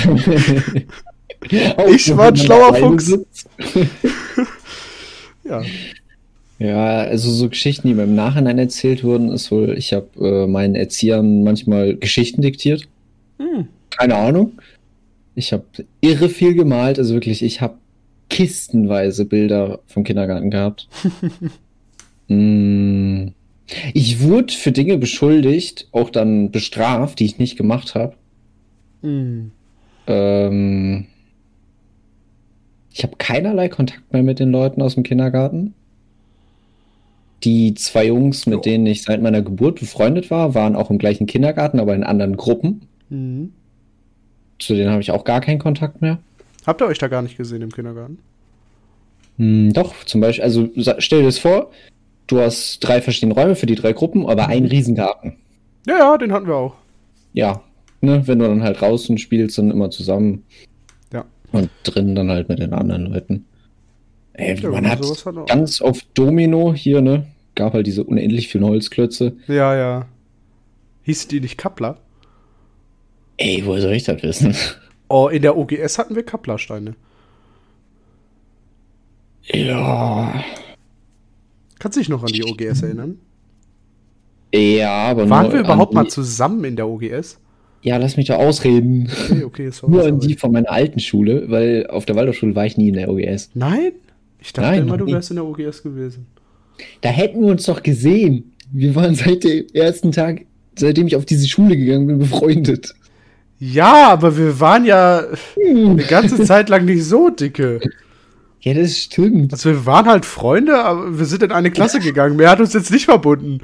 Ich war ein schlauer Fuchs. Ja. Ja, also so Geschichten, die mir im Nachhinein erzählt wurden, ist wohl, ich habe äh, meinen Erziehern manchmal Geschichten diktiert. Hm. Keine Ahnung. Ich habe irre viel gemalt, also wirklich, ich habe kistenweise Bilder vom Kindergarten gehabt. mm. Ich wurde für Dinge beschuldigt, auch dann bestraft, die ich nicht gemacht habe. Hm. Ähm, ich habe keinerlei Kontakt mehr mit den Leuten aus dem Kindergarten. Die zwei Jungs, mit Jo. denen ich seit meiner Geburt befreundet war, waren auch im gleichen Kindergarten, aber in anderen Gruppen. Hm. Zu denen habe ich auch gar keinen Kontakt mehr. Habt ihr euch da gar nicht gesehen im Kindergarten? Hm, doch, zum Beispiel, also sa- stell dir das vor, du hast drei verschiedene Räume für die drei Gruppen, aber einen Riesengarten. Ja, ja, den hatten wir auch. Ja, ne, wenn du dann halt draußen spielst, dann immer zusammen. Ja. Und drin dann halt mit den anderen Leuten. Ey, Ja, man hat sowas hat auch. ganz oft Domino hier, ne? Gab halt diese unendlich vielen Holzklötze. Ja, ja. Hieß die nicht Kappler? Ey, woher soll ich das wissen? Oh, in der O G S hatten wir Kapplersteine. Ja. Kannst du dich noch an die O G S erinnern? Ja, aber Waren nur wir überhaupt an mal die, zusammen in der O G S? Ja, lass mich doch ausreden. Okay, okay, sorry. Nur an sorry. die von meiner alten Schule, weil auf der Waldorfschule war ich nie in der O G S. Nein? Ich dachte Nein, immer, noch du nie. wärst in der O G S gewesen. Da hätten wir uns doch gesehen. Wir waren seit dem ersten Tag, seitdem ich auf diese Schule gegangen bin, befreundet. Ja, aber wir waren ja eine ganze Zeit lang nicht so dicke. Ja, das stimmt. Also wir waren halt Freunde, aber wir sind in eine Klasse gegangen. Mehr hat uns jetzt nicht verbunden.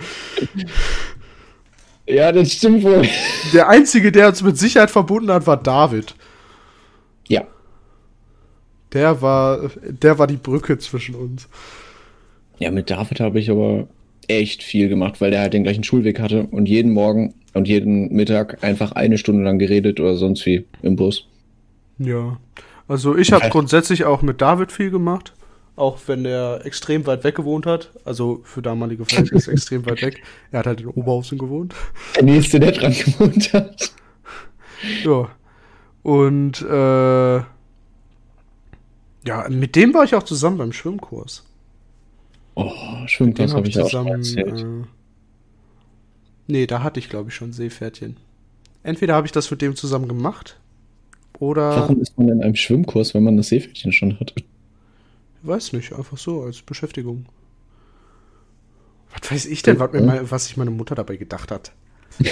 Ja, das stimmt wohl. Der Einzige, der uns mit Sicherheit verbunden hat, war David. Ja. Der war, der war die Brücke zwischen uns. Ja, mit David habe ich aber echt viel gemacht, weil der halt den gleichen Schulweg hatte und jeden Morgen und jeden Mittag einfach eine Stunde lang geredet oder sonst wie im Bus. Ja. Also ich habe Okay. grundsätzlich auch mit David viel gemacht. Auch wenn er extrem weit weg gewohnt hat. Also für damalige Verhältnisse extrem weit weg. Er hat halt in Oberhausen gewohnt. Der nächste, der dran gewohnt hat. Ja. Und äh, ja, mit dem war ich auch zusammen beim Schwimmkurs. Oh, Mit dem Schwimmkurs hab habe ich auch schon zusammen. erzählt. Äh, nee, da hatte ich glaube ich schon Seepferdchen. Entweder habe ich das mit dem zusammen gemacht oder Warum ist man in einem Schwimmkurs, wenn man das Seepferdchen schon hat? weiß nicht, einfach so als Beschäftigung. Was weiß ich denn, was, mir meine, was sich meine Mutter dabei gedacht hat?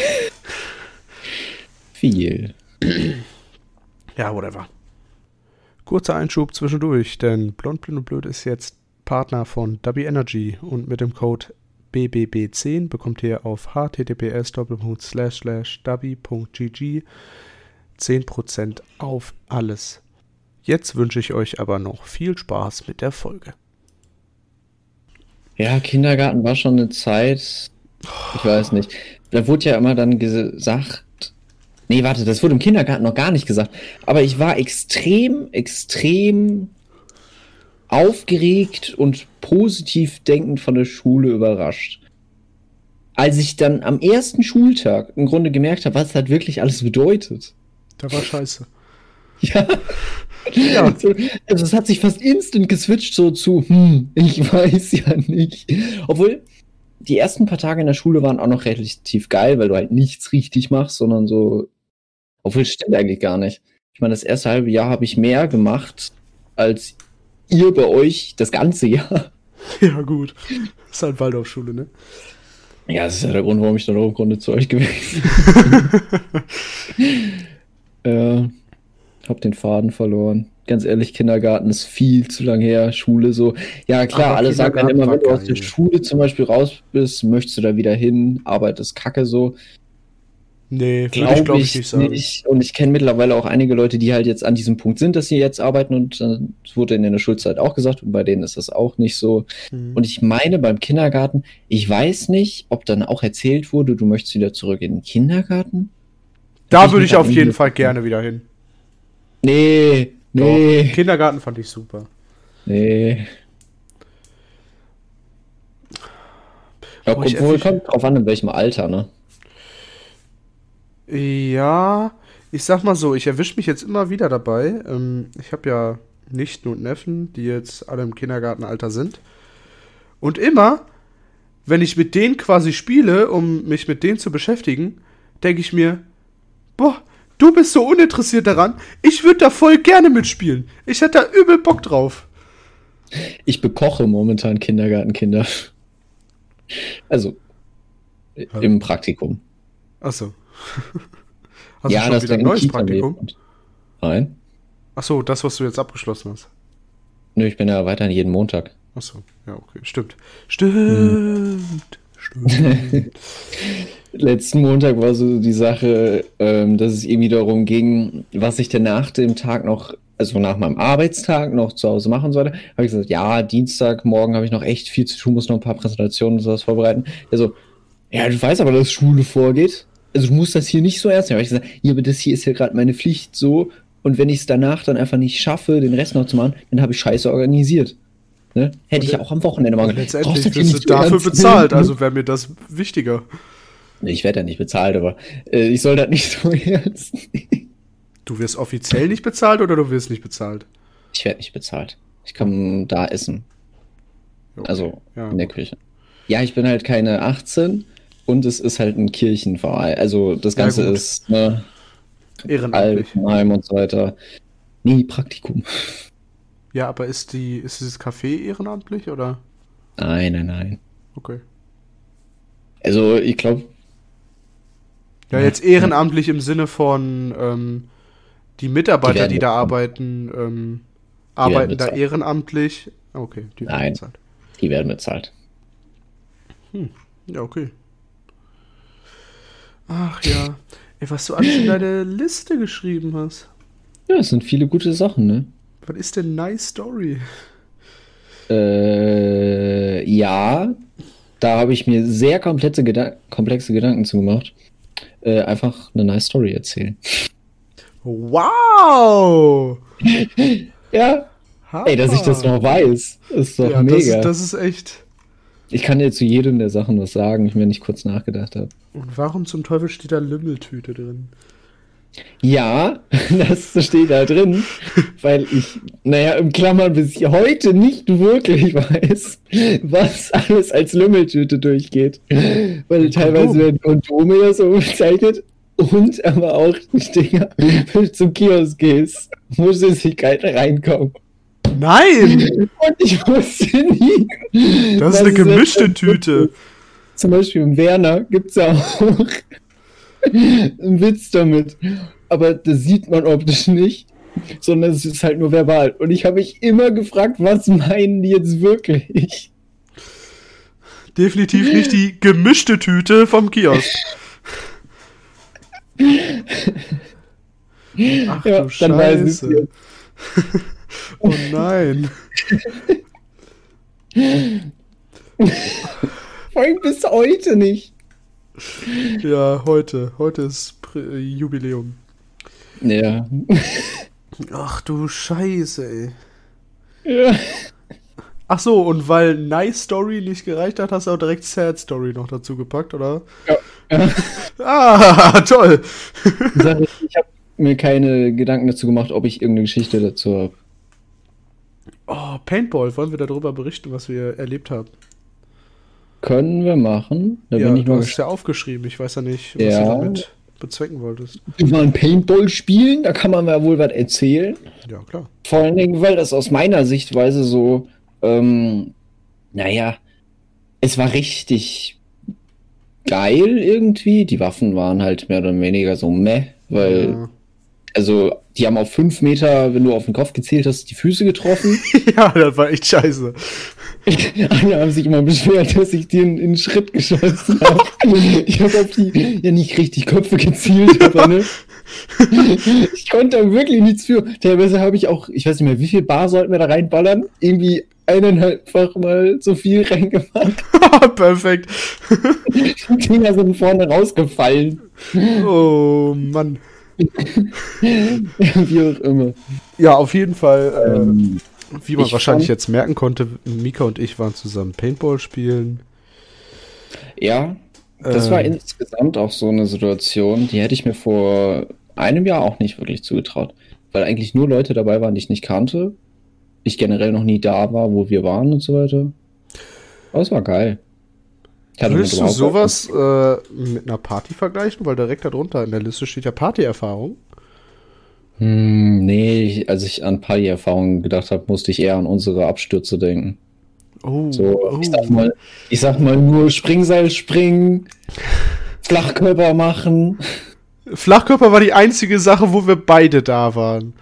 Viel. Ja, whatever. Kurzer Einschub zwischendurch, denn Blond, Blind und Blöd ist jetzt Partner von Dubby Energy und mit dem Code B B B zehn bekommt ihr auf h t t p s slash slash dubby punkt g g zehn Prozent auf alles. Jetzt wünsche ich euch aber noch viel Spaß mit der Folge. Ja, Kindergarten war schon eine Zeit, ich weiß nicht. Da wurde ja immer dann gesagt, nee, warte, das wurde im Kindergarten noch gar nicht gesagt, aber ich war extrem, extrem aufgeregt und positiv denkend von der Schule überrascht. Als ich dann am ersten Schultag im Grunde gemerkt habe, was das halt wirklich alles bedeutet. Da war scheiße. Ja. Ja. Also, also es hat sich fast instant geswitcht so zu, hm, ich weiß ja nicht. Obwohl, die ersten paar Tage in der Schule waren auch noch relativ geil, weil du halt nichts richtig machst, sondern so, obwohl, es stimmt eigentlich gar nicht. Ich meine, das erste halbe Jahr habe ich mehr gemacht, als ihr bei euch das ganze Jahr. Ja, gut. Das ist halt Waldorfschule, ne? Ja, das ist ja der Grund, warum ich dann auch im Grunde zu euch gewechselt bin. äh, hab den Faden verloren. Ganz ehrlich, Kindergarten ist viel zu lang her. Schule so. Ja, klar, Aber alle sagen dann Kindergarten immer, wenn du war aus der geil. Schule zum Beispiel raus bist, möchtest du da wieder hin. Arbeit ist kacke so. Nee, würde ich Glaube glaube ich ich nicht sagen. nicht. Und ich kenne mittlerweile auch einige Leute, die halt jetzt an diesem Punkt sind, dass sie jetzt arbeiten. Und äh, das wurde in der Schulzeit auch gesagt. Und bei denen ist das auch nicht so. Hm. Und ich meine, beim Kindergarten, ich weiß nicht, ob dann auch erzählt wurde, du möchtest wieder zurück in den Kindergarten. Da Ich würde ich mir auf grad jeden nicht- Fall gerne wieder hin. Nee, Doch. nee, Kindergarten fand ich super. nee. Ja, Boah, ich obwohl, erwisch- kommt drauf an, in welchem Alter, ne? Ja, ich sag mal so, ich erwische mich jetzt immer wieder dabei. Ähm, ich habe ja Nichten und Neffen, die jetzt alle im Kindergartenalter sind. Und immer, wenn ich mit denen quasi spiele, um mich mit denen zu beschäftigen, denke ich mir, boah, du bist so uninteressiert daran, ich würde da voll gerne mitspielen. Ich hätte da übel Bock drauf. Ich bekoche momentan Kindergartenkinder. Also, im Praktikum. Achso. Hast Ja, du schon das wieder ein wäre neues Kita Praktikum? gewesen. Nein. Achso, das, was du jetzt abgeschlossen hast. Nö, ich bin ja weiterhin jeden Montag. Achso, ja, okay. Stimmt. Stimmt. Stimmt. Letzten Montag war so die Sache, ähm, dass es irgendwie darum ging, was ich denn nach dem Tag noch, also nach meinem Arbeitstag noch zu Hause machen sollte. Habe ich gesagt, ja, Dienstag, morgen habe ich noch echt viel zu tun, muss noch ein paar Präsentationen und sowas vorbereiten. Also, ja, du weißt aber, dass Schule vorgeht. Also du musst das hier nicht so ernst nehmen. Habe ich gesagt, ja, aber das hier ist ja gerade meine Pflicht so. Und wenn ich es danach dann einfach nicht schaffe, den Rest noch zu machen, dann habe ich Scheiße organisiert. Ne? Hätte ich ja auch am Wochenende mal gemacht. Letztendlich Brauchst du wirst nicht du so dafür ernst bezahlt, nehmen, ne? also wäre mir das wichtiger. Nee, ich werde ja nicht bezahlt, aber äh, ich soll das nicht so ernst nehmen. Du wirst offiziell nicht bezahlt oder du wirst nicht bezahlt? Ich werde nicht bezahlt. Ich kann da essen. Okay. Also Ja, in der gut. Küche. Ja, ich bin halt keine achtzehn und es ist halt ein Kirchenverein. Also das Ja, Ganze gut. ist ne, Ehrenamtlich. Altenheim und so weiter. Nee, Praktikum. Ja, aber ist die, ist dieses Café ehrenamtlich oder? Nein, nein, nein. Okay. Also ich glaube, Ja, Ja. jetzt ehrenamtlich im Sinne von ähm, die Mitarbeiter, werden die, da bezahlt. arbeiten, ähm, arbeiten da bezahlt. ehrenamtlich. Okay, die werden Nein. bezahlt. die werden bezahlt. Ja, okay. Ach ja. Ey, was du alles in deine Liste geschrieben hast. Ja, es sind viele gute Sachen, ne? Was ist denn Nice Story? Äh, ja, da habe ich mir sehr komplexe, Gedan komplexe Gedanken zu gemacht. Äh, einfach eine nice Story erzählen. Wow! Ja, ey, dass ich das noch weiß, ist doch ja, mega. Das, das ist echt. Ich kann dir zu jedem der Sachen was sagen, ich mir nicht kurz nachgedacht habe. Und warum zum Teufel steht da Lümmeltüte drin? Ja, das steht da drin, weil ich, naja, im Klammern bis heute nicht wirklich weiß, was alles als Lümmeltüte durchgeht. Weil teilweise Kondom. werden Kondome ja so bezeichnet und aber auch die Dinger, wenn du zum Kiosk gehst, wo Süßigkeiten reinkommen. Nein! Und ich wusste nie. Das ist was eine gemischte das- Tüte. Zum Beispiel im Werner gibt es ja auch einen Witz damit. Aber das sieht man optisch nicht. sondern es ist halt nur verbal. Und ich habe mich immer gefragt, was meinen die jetzt wirklich? Definitiv nicht die gemischte Tüte vom Kiosk. Ach Ja, du dann weiß ich's Scheiße. Oh nein. Vor allem bis heute nicht. Ja, heute. Heute ist Prä- Jubiläum. Ja. Ach du Scheiße, ey. Ja. Ach so, und weil Nice Story nicht gereicht hat, hast du auch direkt Sad Story noch dazu gepackt, oder? Ja. Ja. Ah, toll. Die Sache ist, ich habe mir keine Gedanken dazu gemacht, ob ich irgendeine Geschichte dazu habe. Oh, Paintball. Wollen wir darüber berichten, was wir erlebt haben? Können wir machen. Da Ja, bin ich du mal hast es gespannt. ja aufgeschrieben. Ich weiß ja nicht, was Ja. du damit bezwecken wolltest. Wir waren Paintball spielen, da kann man ja wohl was erzählen. Ja, klar. Vor allen Dingen, weil das aus meiner Sichtweise so, ähm, naja, es war richtig geil irgendwie. Die Waffen waren halt mehr oder weniger so meh, weil, Ja. also, die haben auf fünf Meter, wenn du auf den Kopf gezielt hast, die Füße getroffen. Ja, das war echt scheiße. Alle haben sich immer beschwert, dass ich die in, in den Schritt geschossen habe. Ich habe auf die ja nicht richtig Köpfe gezielt, aber ne. Ich konnte da wirklich nichts für. Teilweise habe ich auch, ich weiß nicht mehr, wie viel Bar sollten wir da reinballern? Irgendwie eineinhalbfach mal so viel reingemacht. Perfekt. Die Dinger sind vorne rausgefallen. Oh, Mann. Wie auch immer. Ja, auf jeden Fall. Äh, Ähm, wie man ich wahrscheinlich fand- jetzt merken konnte, Mika und ich waren zusammen Paintball spielen. ja, das war Ähm. insgesamt auch so eine Situation, die hätte ich mir vor einem Jahr auch nicht wirklich zugetraut. Weil eigentlich nur Leute dabei waren, die ich nicht kannte. Ich generell noch nie da war, wo wir waren und so weiter. Aber es war geil. Ich hatte Würdest mit du überhaupt- sowas äh, mit einer Party vergleichen? Weil direkt darunter in der Liste steht ja Partyerfahrung. Hm, nee, ich, als ich an Party-Erfahrungen gedacht habe, musste ich eher an unsere Abstürze denken. Oh, So, oh. ich sag mal, ich sag mal nur Springseil springen, Flachkörper machen. Flachkörper war die einzige Sache, wo wir beide da waren.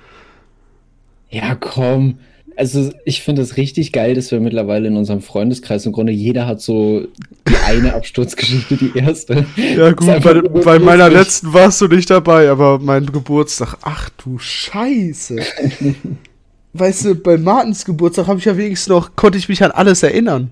Ja, komm. Also ich finde es richtig geil, dass wir mittlerweile in unserem Freundeskreis im Grunde jeder hat so die eine Absturzgeschichte, die erste. Ja Ist gut, einfach bei, nur bei meiner lustig. letzten warst du nicht dabei, aber mein Geburtstag, ach du Scheiße. Weißt du, bei Martins Geburtstag habe ich ja wenigstens noch, konnte ich mich an alles erinnern.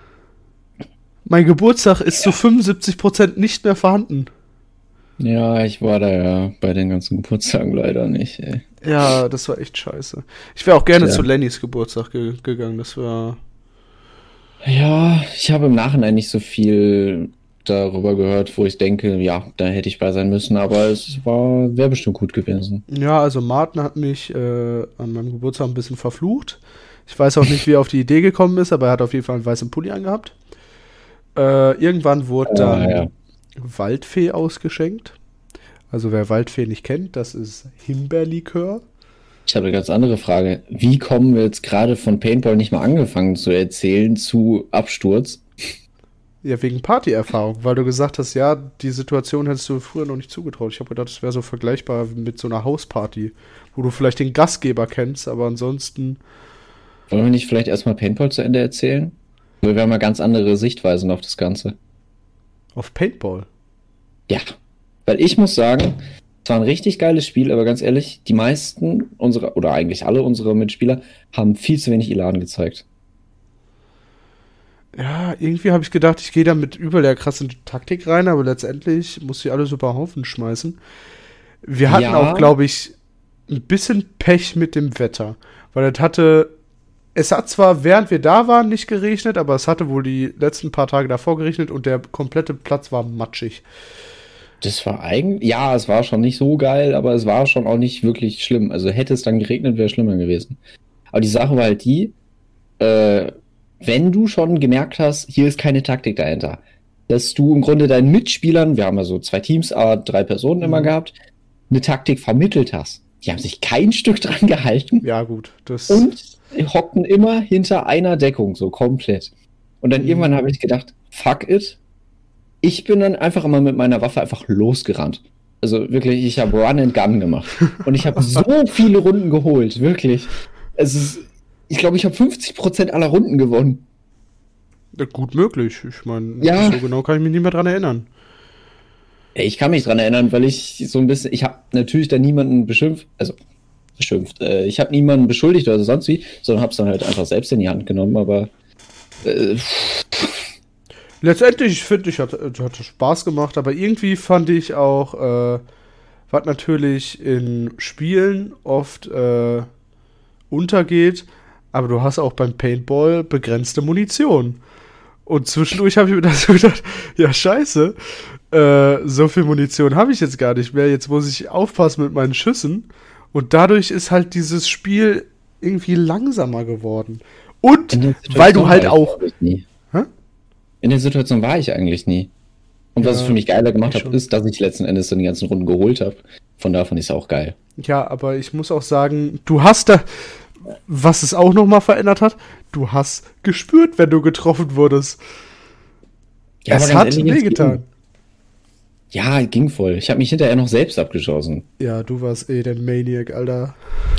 Mein Geburtstag ist zu fünfundsiebzig Prozent nicht mehr vorhanden. Ja, ich war da ja bei den ganzen Geburtstagen leider nicht, ey. Ja, das war echt scheiße. Ich wäre auch gerne Ja. zu Lennys Geburtstag ge gegangen, das war... Ja, ich habe im Nachhinein nicht so viel darüber gehört, wo ich denke, ja, da hätte ich bei sein müssen, aber es war, wäre bestimmt gut gewesen. Ja, also Martin hat mich äh, an meinem Geburtstag ein bisschen verflucht. Ich weiß auch nicht, wie er auf die Idee gekommen ist, aber er hat auf jeden Fall einen weißen Pulli angehabt. Äh, irgendwann wurde dann Ah, ja. Waldfee ausgeschenkt. Also wer Waldfee nicht kennt, das ist Himbeerlikör. Ich habe eine ganz andere Frage. Wie kommen wir jetzt gerade von Paintball nicht mal angefangen zu erzählen zu Absturz? Ja, wegen Partyerfahrung, weil du gesagt hast, ja, die Situation hättest du früher noch nicht zugetraut. Ich habe gedacht, das wäre so vergleichbar mit so einer Hausparty, wo du vielleicht den Gastgeber kennst, aber ansonsten... Wollen wir nicht vielleicht erstmal Paintball zu Ende erzählen? Weil wir haben ja ganz andere Sichtweisen auf das Ganze. Auf Paintball. Ja, weil ich muss sagen, es war ein richtig geiles Spiel, aber ganz ehrlich, die meisten unserer, oder eigentlich alle unsere Mitspieler, haben viel zu wenig Elan gezeigt. Ja, irgendwie habe ich gedacht, ich gehe da mit übel der krassen Taktik rein, aber letztendlich muss ich alles über den Haufen schmeißen. Wir hatten Ja. auch, glaube ich, ein bisschen Pech mit dem Wetter, weil es hatte, es hat zwar während wir da waren nicht geregnet, aber es hatte wohl die letzten paar Tage davor geregnet und der komplette Platz war matschig. Das war eigentlich, ja, es war schon nicht so geil, aber es war schon auch nicht wirklich schlimm. Also hätte es dann geregnet, wäre schlimmer gewesen. Aber die Sache war halt die, äh, wenn du schon gemerkt hast, hier ist keine Taktik dahinter, dass du im Grunde deinen Mitspielern, wir haben ja so zwei Teams, aber drei Personen immer Mhm. gehabt, eine Taktik vermittelt hast. Die haben sich kein Stück dran gehalten Ja, gut, das und hockten immer hinter einer Deckung, so komplett. Und dann Mhm. irgendwann habe ich gedacht, fuck it. Ich bin dann einfach immer mit meiner Waffe einfach losgerannt. Also wirklich, ich habe Run and Gun gemacht. Und ich habe so viele Runden geholt, wirklich. Es ist, ich glaube, ich habe fünfzig Prozent aller Runden gewonnen. Ja, gut möglich. Ich meine, Ja. so genau kann ich mich nicht mehr dran erinnern. Ja, ich kann mich dran erinnern, weil ich so ein bisschen, ich habe natürlich da niemanden beschimpft, also beschimpft. Äh, ich habe niemanden beschuldigt oder sonst wie, sondern habe es dann halt einfach selbst in die Hand genommen, aber äh, Letztendlich finde ich, hat, hat Spaß gemacht, aber irgendwie fand ich auch, äh, was natürlich in Spielen oft äh, untergeht, aber du hast auch beim Paintball begrenzte Munition. Und zwischendurch habe ich mir das so gedacht, ja scheiße, äh, so viel Munition habe ich jetzt gar nicht mehr, jetzt muss ich aufpassen mit meinen Schüssen. Und dadurch ist halt dieses Spiel irgendwie langsamer geworden. Und in der weil du Situation halt war ich, auch... glaub ich, nie. Hä? In der Situation war ich eigentlich nie. Und was Ja, es für mich geiler gemacht ich hat, schon. ist, dass ich letzten Endes dann die ganzen Runden geholt habe. Von davon ist es auch geil. Ja, aber ich muss auch sagen, du hast da, was es auch nochmal verändert hat, du hast gespürt, wenn du getroffen wurdest. Ja, es aber ganz hat ehrlich, es wehgetan. ging. Ja, ging voll. Ich habe mich hinterher noch selbst abgeschossen. Ja, du warst eh der Maniac, Alter.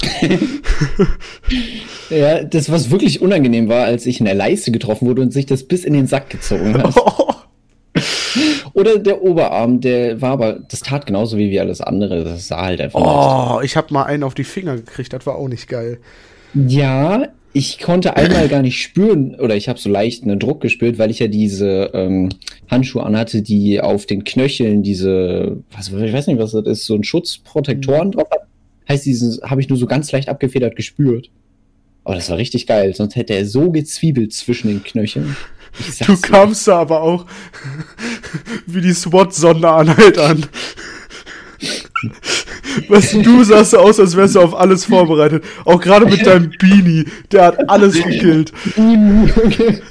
Ja, das, was wirklich unangenehm war, als ich in der Leiste getroffen wurde und sich das bis in den Sack gezogen hat. Oder der Oberarm, der war aber, das tat genauso wie, wie alles andere. Das sah halt einfach Oh, ich hab mal einen auf die Finger gekriegt, das war auch nicht geil. nicht. Ja, ich konnte einmal gar nicht spüren, oder ich habe so leicht einen Druck gespürt, weil ich ja diese ähm, Handschuhe anhatte, die auf den Knöcheln diese, was, ich weiß nicht, was das ist, so ein Schutzprotektoren drauf hat. Heißt, diesen habe ich nur so ganz leicht abgefedert gespürt. Aber das war richtig geil, sonst hätte er so gezwiebelt zwischen den Knöcheln. Ich Du sag's dir. kamst da aber auch wie die SWAT-Sondereinheit an. Was du sahst so aus, als wärst du auf alles vorbereitet. Auch gerade mit deinem Beanie. Der hat alles gekillt. Okay.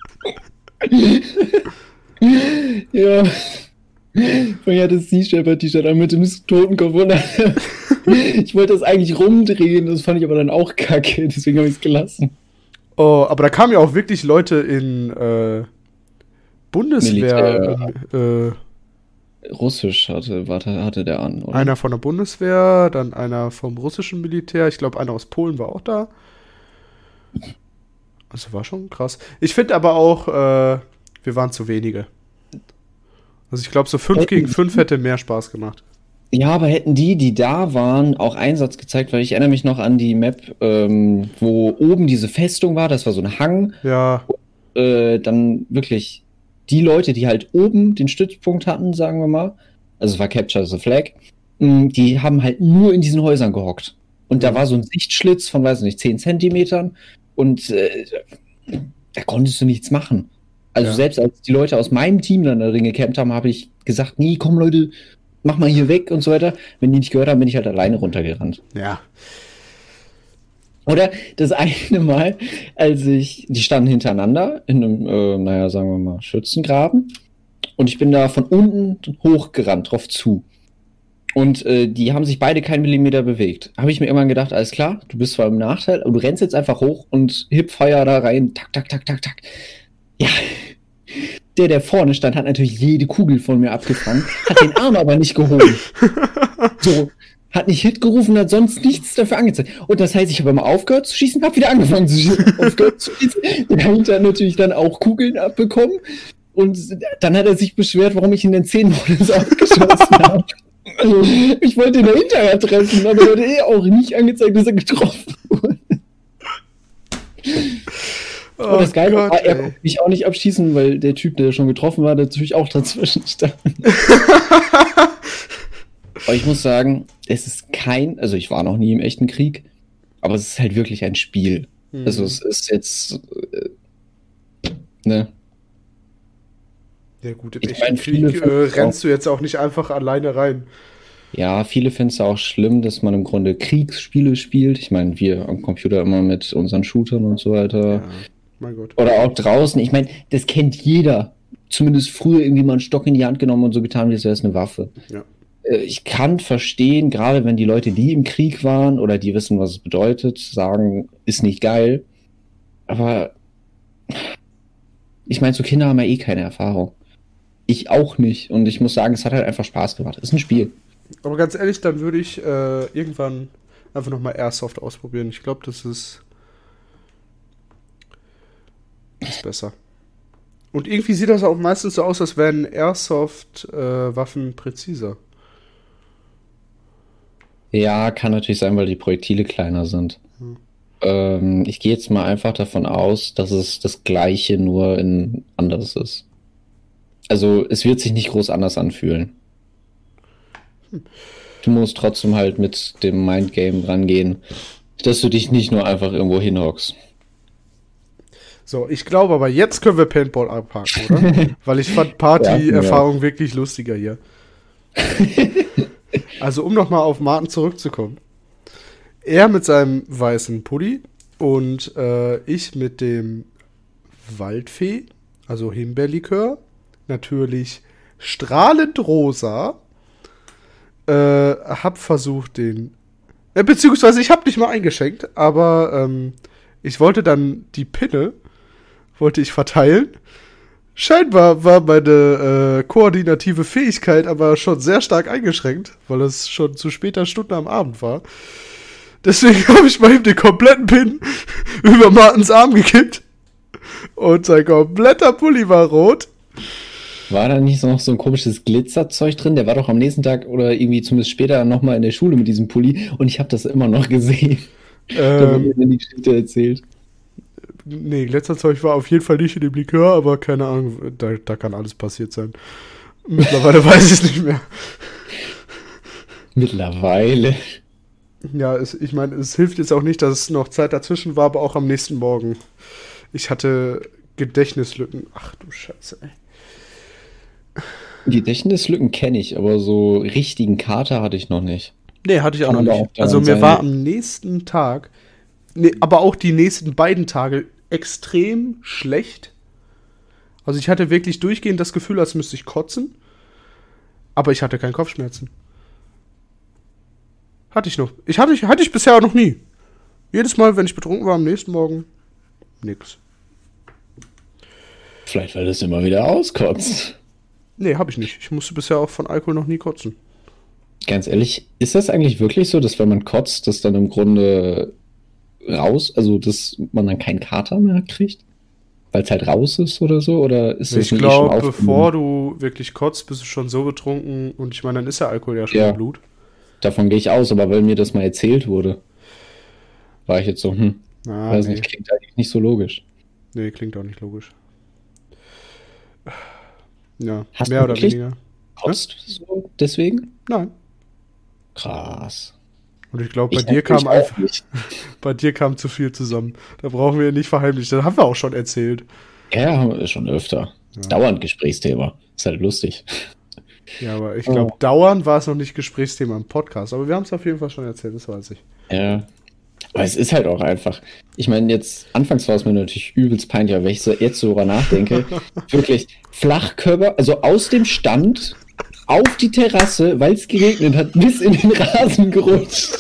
Ja. Ich hatte das Sea Shepherd T-Shirt an mit dem Totenkopf und ich wollte das eigentlich rumdrehen, das fand ich aber dann auch kacke, deswegen habe ich es gelassen. Oh, aber da kamen ja auch wirklich Leute in äh, Bundeswehr. Äh, Russisch hatte, warte, hatte der an, oder? einer von der Bundeswehr, dann einer vom russischen Militär. Ich glaube, einer aus Polen war auch da. Also war schon krass. Ich finde aber auch, äh, wir waren zu wenige. Also ich glaube, so fünf gegen fünf hätte mehr Spaß gemacht. Ja, aber hätten die, die da waren, auch Einsatz gezeigt, weil ich erinnere mich noch an die Map, ähm, wo oben diese Festung war, das war so ein Hang, Ja, äh, dann wirklich die Leute, die halt oben den Stützpunkt hatten, sagen wir mal, also es war Capture the Flag, mh, die haben halt nur in diesen Häusern gehockt. Und da war so ein Sichtschlitz von, weiß nicht, zehn Zentimetern und äh, da konntest du nichts machen. Also Ja. selbst als die Leute aus meinem Team dann da drin gecampt haben, habe ich gesagt, nee, komm Leute, mach mal hier weg und so weiter. Wenn die nicht gehört haben, bin ich halt alleine runtergerannt. ja. Oder das eine Mal, als ich, die standen hintereinander in einem, äh, naja, sagen wir mal, Schützengraben. Und ich bin da von unten hochgerannt, drauf zu. Und äh, die haben sich beide keinen Millimeter bewegt. Habe ich mir irgendwann gedacht, alles klar, du bist zwar im Nachteil, aber du rennst jetzt einfach hoch und Hipfire da rein, tak, tak, tak, tak, tak. Ja, der, der vorne stand, hat natürlich jede Kugel von mir abgefangen, hat den Arm aber nicht gehoben. So, hat nicht Hit gerufen, hat sonst nichts dafür angezeigt. Und das heißt, ich habe immer aufgehört zu schießen, habe wieder angefangen zu schießen, aufgehört zu schießen. Dahinter natürlich dann auch Kugeln abbekommen. Und dann hat er sich beschwert, warum ich in den zehn Modus abgeschossen habe. Also, ich wollte ihn dahinter treffen, aber er hat eh auch nicht angezeigt, dass er getroffen wurde. Oh Und das Geile Gott, war, er ey. konnte mich auch nicht abschießen, weil der Typ, der schon getroffen war, natürlich auch dazwischen stand. Aber ich muss sagen, es ist kein, also ich war noch nie im echten Krieg, aber es ist halt wirklich ein Spiel. Mhm. Also es ist jetzt, äh, ne? Ja gut, im Ich echten mein, Krieg viele äh, finden rennst du jetzt auch nicht einfach alleine rein. Ja, viele finden es auch schlimm, dass man im Grunde Kriegsspiele spielt. Ich meine, wir am Computer immer mit unseren Shootern und so weiter. Ja, mein Gott. Oder auch draußen. Ich meine, das kennt jeder. Zumindest früher irgendwie mal einen Stock in die Hand genommen und so getan, wie es wäre es eine Waffe. Ja. Äh, Ich kann verstehen, gerade wenn die Leute, die im Krieg waren oder die wissen, was es bedeutet, sagen, ist nicht geil. Aber ich meine, so Kinder haben ja eh keine Erfahrung. Ich auch nicht. Und ich muss sagen, es hat halt einfach Spaß gemacht. Es ist ein Spiel. Aber ganz ehrlich, dann würde ich äh, irgendwann einfach nochmal Airsoft ausprobieren. Ich glaube, das ist, ist besser. Und irgendwie sieht das auch meistens so aus, als wären Airsoft-Waffen äh, präziser. Ja, kann natürlich sein, weil die Projektile kleiner sind. Hm. Ähm, ich gehe jetzt mal einfach davon aus, dass es das Gleiche nur in anderes ist. Also es wird sich nicht groß anders anfühlen. Hm. Du musst trotzdem halt mit dem Mindgame rangehen, dass du dich nicht nur einfach irgendwo hinhockst. So, ich glaube aber, jetzt können wir Paintball abhaken, oder? Weil ich fand Party-Erfahrung ja. wirklich lustiger hier. Also, um nochmal auf Martin zurückzukommen. Er mit seinem weißen Pulli und äh, ich mit dem Waldfee, also Himbeerlikör, natürlich strahlend rosa, äh, hab versucht, den. Äh, beziehungsweise, ich hab nicht mal eingeschenkt, aber ähm, ich wollte dann die Pinne, wollte ich verteilen. Scheinbar war meine äh, koordinative Fähigkeit aber schon sehr stark eingeschränkt, weil es schon zu später Stunde am Abend war. Deswegen habe ich mal eben den kompletten Pin über Martins Arm gekippt. Und sein kompletter Pulli war rot. War da nicht so noch so ein komisches Glitzerzeug drin? Der war doch am nächsten Tag oder irgendwie zumindest später nochmal in der Schule mit diesem Pulli und ich habe das immer noch gesehen. Ähm, da wurde mir die Geschichte erzählt. Nee, Glitzerzeug war auf jeden Fall nicht in dem Likör, aber keine Ahnung, da, da kann alles passiert sein. Mittlerweile weiß ich es nicht mehr. Mittlerweile. Ja, es, ich meine, es hilft jetzt auch nicht, dass noch Zeit dazwischen war, aber auch am nächsten Morgen. Ich hatte Gedächtnislücken. Ach du Scheiße, ey. Gedächtnislücken kenne ich, aber so richtigen Kater hatte ich noch nicht. Nee, hatte ich auch Kann noch aber nicht. auch Also mir sein. war am nächsten Tag, nee, aber auch die nächsten beiden Tage extrem schlecht. Also ich hatte wirklich durchgehend das Gefühl, als müsste ich kotzen. Aber ich hatte keine Kopfschmerzen. Hatte ich noch. Ich hatte, ich, hatte ich bisher auch noch nie. Jedes Mal, wenn ich betrunken war, am nächsten Morgen nix. Vielleicht, weil das immer wieder auskotzt. Nee, habe ich nicht. Ich musste bisher auch von Alkohol noch nie kotzen. Ganz ehrlich, ist das eigentlich wirklich so, dass wenn man kotzt, das dann im Grunde raus, also dass man dann keinen Kater mehr kriegt? Weil es halt raus ist oder so? Oder ist das Ich nicht glaube, schon bevor aufgenommen? du wirklich kotzt, bist du schon so betrunken. Und ich meine, dann ist ja Alkohol ja schon Ja. im Blut. Davon gehe ich aus, aber weil mir das mal erzählt wurde, war ich jetzt so, hm, Ah, weiß nee. nicht, klingt eigentlich nicht so logisch. Nee, klingt auch nicht logisch. Ja, Hast mehr du oder wirklich- weniger. Kotzt so deswegen? Nein. Krass. Und ich glaube, bei Ich dir kam natürlich auch einfach, nicht. bei dir kam zu viel zusammen. Da brauchen wir nicht verheimlichen. Das haben wir auch schon erzählt. Ja, haben wir schon öfter. Ja. Dauernd Gesprächsthema. Ist halt lustig. Ja, aber ich glaube, dauernd war es noch nicht Gesprächsthema im Podcast. Aber wir haben es auf jeden Fall schon erzählt, das weiß ich. Ja. Aber es ist halt auch einfach. Ich meine, jetzt, anfangs war es mir natürlich übelst peinlich, aber wenn ich so jetzt so darüber nachdenke, wirklich Flachkörper, also aus dem Stand auf die Terrasse, weil es geregnet hat, bis in den Rasen gerutscht.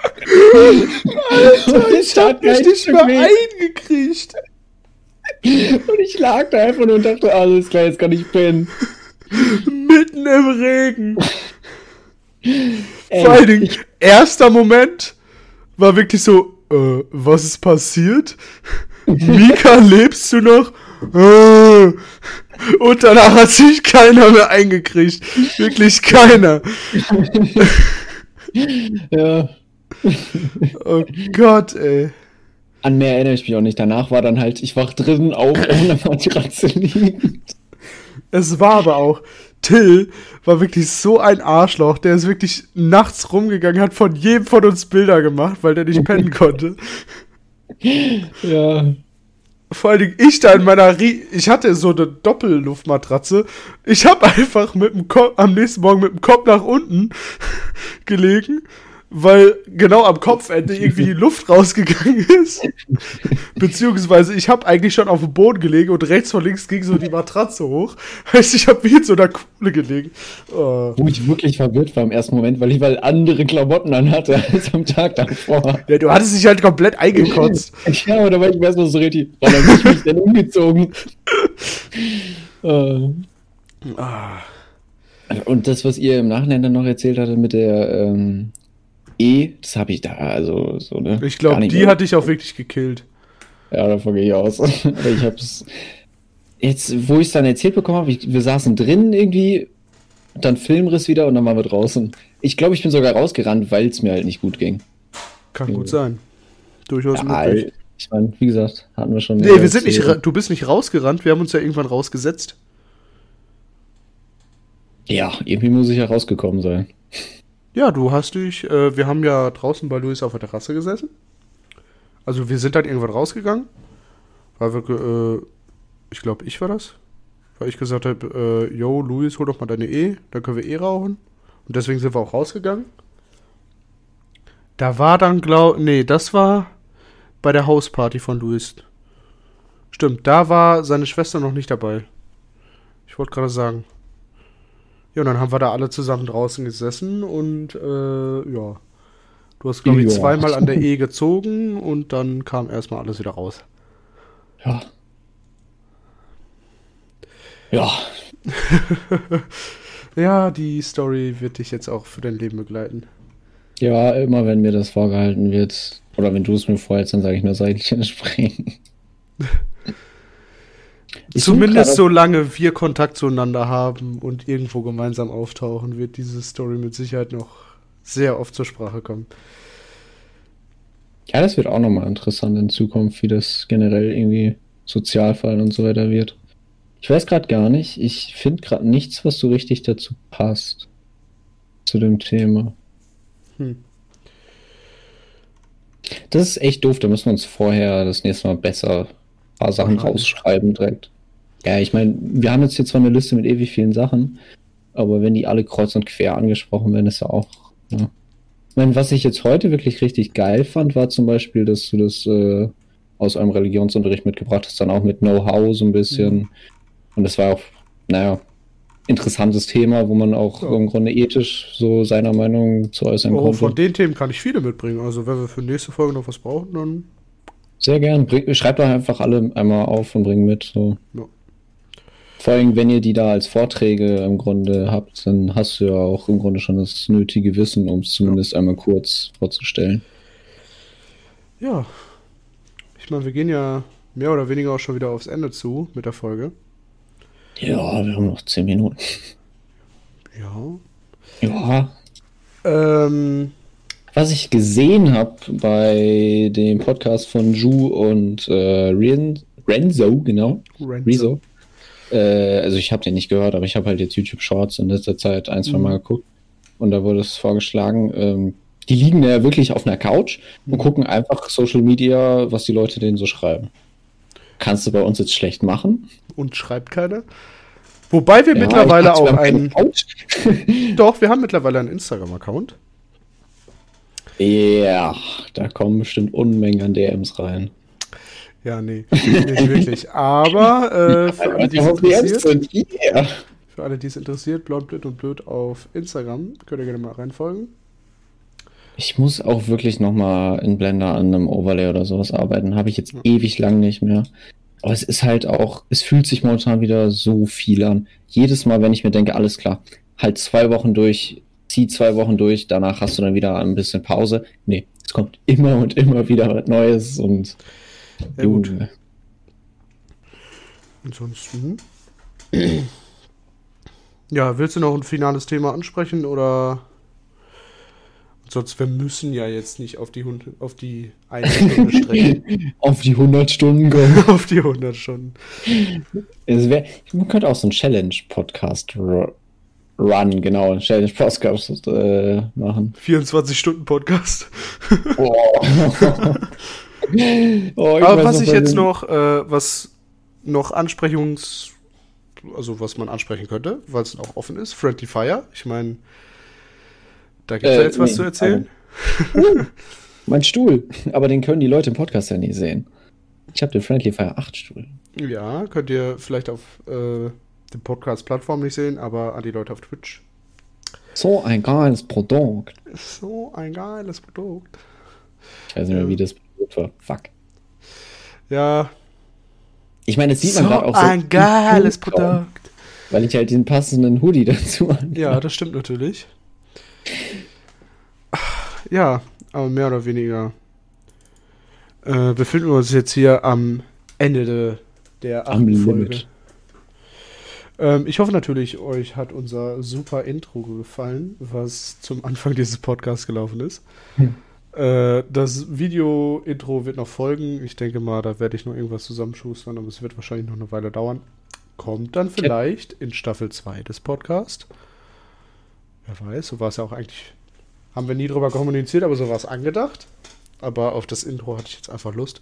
Alter, ich hab mich nicht mal eingekriegt. Und ich lag da einfach nur und dachte, alles klar, jetzt kann ich pennen. Mitten im Regen. Ey, Vor allen Dingen, ich- erster Moment war wirklich so, äh, was ist passiert? Mika, lebst du noch? Äh. Und danach hat sich keiner mehr eingekriegt. Wirklich keiner. Ja. Oh Gott, ey. An mehr erinnere ich mich auch nicht. Danach war dann halt, ich wach drinnen auf ohne Matratze liegen. Es war aber auch, Till war wirklich so ein Arschloch, der ist wirklich nachts rumgegangen, hat von jedem von uns Bilder gemacht, weil der nicht pennen konnte. Ja. Vor allen Dingen ich da in meiner, Rie ich hatte so eine Doppelluftmatratze. Ich habe einfach mit dem Kopf, am nächsten Morgen mit dem Kopf nach unten gelegen, weil genau am Kopfende irgendwie die Luft rausgegangen ist. Beziehungsweise ich habe eigentlich schon auf dem Boden gelegen und rechts von links ging so die Matratze hoch. Heißt, ich habe wie in so einer Kuhle gelegen. Oh. Wo ich wirklich verwirrt war im ersten Moment, weil ich weil andere Klamotten anhatte als am Tag davor. Ja, du hattest dich halt komplett eingekotzt. Ja, aber da war ich mir erstmal so richtig, warum hab ich mich denn umgezogen? äh, Ah. Und das, was ihr im Nachhinein dann noch erzählt hattet mit der ähm, E, das habe ich da, also so, ne? Ich glaube, die hat dich auch wirklich gekillt. Ja, davon gehe ich aus. Aber ich habe es jetzt, wo ich es dann erzählt bekommen habe, ich, wir saßen drin irgendwie, dann Filmriss wieder und dann waren wir draußen. Ich glaube, ich bin sogar rausgerannt, weil es mir halt nicht gut ging. Kann gut sein. Durchaus Ja, möglich. ich meine, wie gesagt, hatten wir schon. Nee, wir sind nicht, ra- du bist nicht rausgerannt, wir haben uns ja irgendwann rausgesetzt. Ja, irgendwie muss ich ja rausgekommen sein. Ja, du hast dich, äh, wir haben ja draußen bei Luis auf der Terrasse gesessen. Also wir sind dann irgendwann rausgegangen, weil wir, äh, ich glaube, ich war das, weil ich gesagt habe, äh, yo, Luis, hol doch mal deine E, dann können wir eh rauchen. Und deswegen sind wir auch rausgegangen. Da war dann, glaub, nee, das war bei der Hausparty von Luis. Stimmt, da war seine Schwester noch nicht dabei. Ich wollte gerade sagen. Ja, und dann haben wir da alle zusammen draußen gesessen und, äh, ja. Du hast, glaube ich, Ja. zweimal an der E gezogen und dann kam erstmal alles wieder raus. Ja. Ja. Ja, die Story wird dich jetzt auch für dein Leben begleiten. Ja, immer wenn mir das vorgehalten wird, oder wenn du es mir vorhältst, dann sage ich nur seitlich entspringen. Ich such Zumindest grad- solange wir Kontakt zueinander haben und irgendwo gemeinsam auftauchen, wird diese Story mit Sicherheit noch sehr oft zur Sprache kommen. Ja, das wird auch nochmal interessant in Zukunft, wie das generell irgendwie Sozialfall und so weiter wird. Ich weiß gerade gar nicht, ich finde gerade nichts, was so richtig dazu passt. Zu dem Thema. Hm. Das ist echt doof, da müssen wir uns vorher das nächste Mal besser ein paar Sachen Wahrscheinlich. rausschreiben direkt. Ja, ich meine, wir haben jetzt hier zwar eine Liste mit ewig vielen Sachen, aber wenn die alle kreuz und quer angesprochen werden, ist ja auch. Ja. Ich meine, was ich jetzt heute wirklich richtig geil fand, war zum Beispiel, dass du das äh, aus eurem Religionsunterricht mitgebracht hast, dann auch mit Know-how so ein bisschen. Mhm. Und das war auch, naja, interessantes Thema, wo man auch Ja. im Grunde ethisch so seiner Meinung zu äußern Oh, konnte. von den Themen kann ich viele mitbringen. Also wenn wir für nächste Folge noch was brauchen, dann Sehr gern. Bring, schreibt doch einfach alle einmal auf und bringt mit. So. Ja. Vor allem, wenn ihr die da als Vorträge im Grunde habt, dann hast du ja auch im Grunde schon das nötige Wissen, um es zumindest einmal kurz vorzustellen. ja. Ich meine, wir gehen ja mehr oder weniger auch schon wieder aufs Ende zu mit der Folge. Ja, wir haben noch zehn Minuten. Ja. Ja. Ähm, Was ich gesehen habe bei dem Podcast von Ju und äh, Ren, Renzo, genau, Renzo. Rezo. Äh, also ich habe den nicht gehört, aber ich habe halt jetzt YouTube Shorts in letzter Zeit ein, zwei Mhm. Mal geguckt. Und da wurde es vorgeschlagen, ähm, die liegen ja wirklich auf einer Couch und Mhm. gucken einfach Social Media, was die Leute denen so schreiben. Kannst du bei uns jetzt schlecht machen. Und schreibt keiner. Wobei wir Ja, mittlerweile ich dachte, wir auch haben keine einen. Couch. Doch, wir haben mittlerweile einen Instagram-Account. Ja, da kommen bestimmt Unmengen an D Ms rein. Ja, nee, nicht wirklich. Aber äh, für, alle, die es interessiert, Yeah. für alle, die es interessiert, blond, blöd und blöd auf Instagram, könnt ihr gerne mal reinfolgen. Ich muss auch wirklich nochmal in Blender an einem Overlay oder sowas arbeiten. Habe ich jetzt Ja. ewig lang nicht mehr. Aber es ist halt auch, es fühlt sich momentan wieder so viel an. Jedes Mal, wenn ich mir denke, alles klar, halt zwei Wochen durch, zieh zwei Wochen durch, danach hast du dann wieder ein bisschen Pause. Nee, es kommt immer und immer wieder was Neues und Ja, gut. Junge. Ansonsten. Ja, willst du noch ein finales Thema ansprechen oder? Sonst, wir müssen ja jetzt nicht auf die, Hund auf die eine Stunde strecken. Auf die hundert Stunden kommen. Auf die hundert Stunden. Es wär, man könnte auch so einen Challenge-Podcast ru- run, genau, einen Challenge-Podcast äh, machen. vierundzwanzig Stunden Podcast. Oh. Oh, Aber weiß was noch, ich bei jetzt den- noch, äh, was noch Ansprechungs... Also was man ansprechen könnte, weil es noch offen ist, Friendly Fire. Ich meine, da gibt es Äh, ja jetzt was nee, zu erzählen. Mein Stuhl, aber den können die Leute im Podcast ja nie sehen. Ich habe den Friendly Fire acht Stuhl. Ja, könnt ihr vielleicht auf äh, den Podcast-Plattform nicht sehen, aber an die Leute auf Twitch. So ein geiles Produkt. Ist so ein geiles Produkt. Ich weiß nicht mehr, wie das Produkt war. Fuck. Ja, Ich meine, das sieht so man gerade auch so. ein geiles im Filmraum. Produkt. Weil ich halt den passenden Hoodie dazu an. Ja, das stimmt natürlich. Ja, aber mehr oder weniger äh, befinden wir uns jetzt hier am Ende de, der Am achten Folge. Limit. Ähm, ich hoffe natürlich, euch hat unser super Intro gefallen, was zum Anfang dieses Podcasts gelaufen ist. Hm. Äh, das Video-Intro wird noch folgen. Ich denke mal, da werde ich noch irgendwas zusammenschustern, aber es wird wahrscheinlich noch eine Weile dauern. Kommt dann vielleicht in Staffel zwei des Podcasts. Wer weiß, so war es ja auch eigentlich. Haben wir nie drüber kommuniziert, aber so war es angedacht. Aber auf das Intro hatte ich jetzt einfach Lust.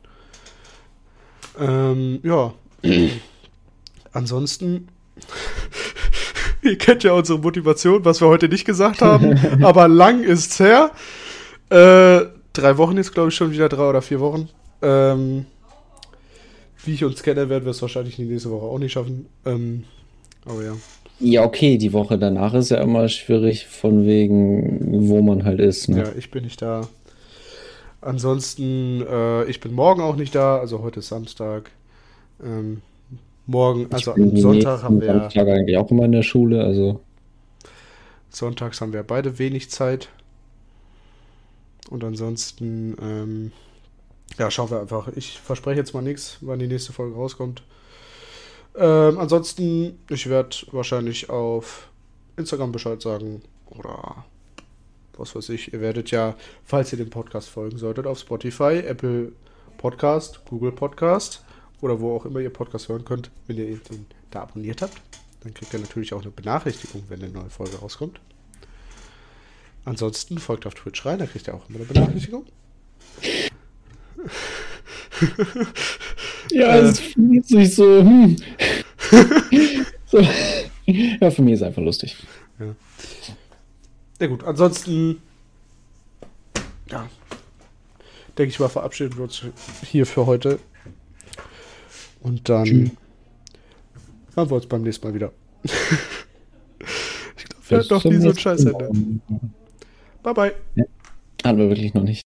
Ähm, ja. Ansonsten, ihr kennt ja unsere Motivation, was wir heute nicht gesagt haben, aber lang ist's her. Äh, drei Wochen jetzt, glaube ich, schon wieder, drei oder vier Wochen. Ähm, wie ich uns kenne, werden wir es wahrscheinlich in die nächste Woche auch nicht schaffen. Ähm, aber ja. Ja, okay, die Woche danach ist ja immer schwierig, von wegen, wo man halt ist. Ne? Ja, ich bin nicht da. Ansonsten, äh, ich bin morgen auch nicht da, also heute ist Samstag. Ähm, morgen, also Ich bin am die Sonntag haben nächsten wir, Samstage eigentlich auch immer in der Schule, also sonntags haben wir beide wenig Zeit. Und ansonsten, ähm, ja, schauen wir einfach. Ich verspreche jetzt mal nichts, wann die nächste Folge rauskommt. Ähm, ansonsten, ich werde wahrscheinlich auf Instagram Bescheid sagen oder was weiß ich. Ihr werdet ja, falls ihr dem Podcast folgen solltet, auf Spotify, Apple Podcast, Google Podcast oder wo auch immer ihr Podcast hören könnt, wenn ihr den da abonniert habt. Dann kriegt ihr natürlich auch eine Benachrichtigung, wenn eine neue Folge rauskommt. Ansonsten folgt auf Twitch rein, da kriegt ihr auch immer eine Benachrichtigung. ja, Äh. es fühlt sich so, hm. so. Ja, für mich ist einfach lustig. Ja. Ja gut, ansonsten, ja, denke ich mal, verabschieden wir uns hier für heute. Und dann Tschüss. hören wir uns beim nächsten Mal wieder. ich glaube, wir Bis hatten noch zum nie so ein nächsten Scheißende. Mal. Bye, bye. Hatten wir wirklich noch nicht.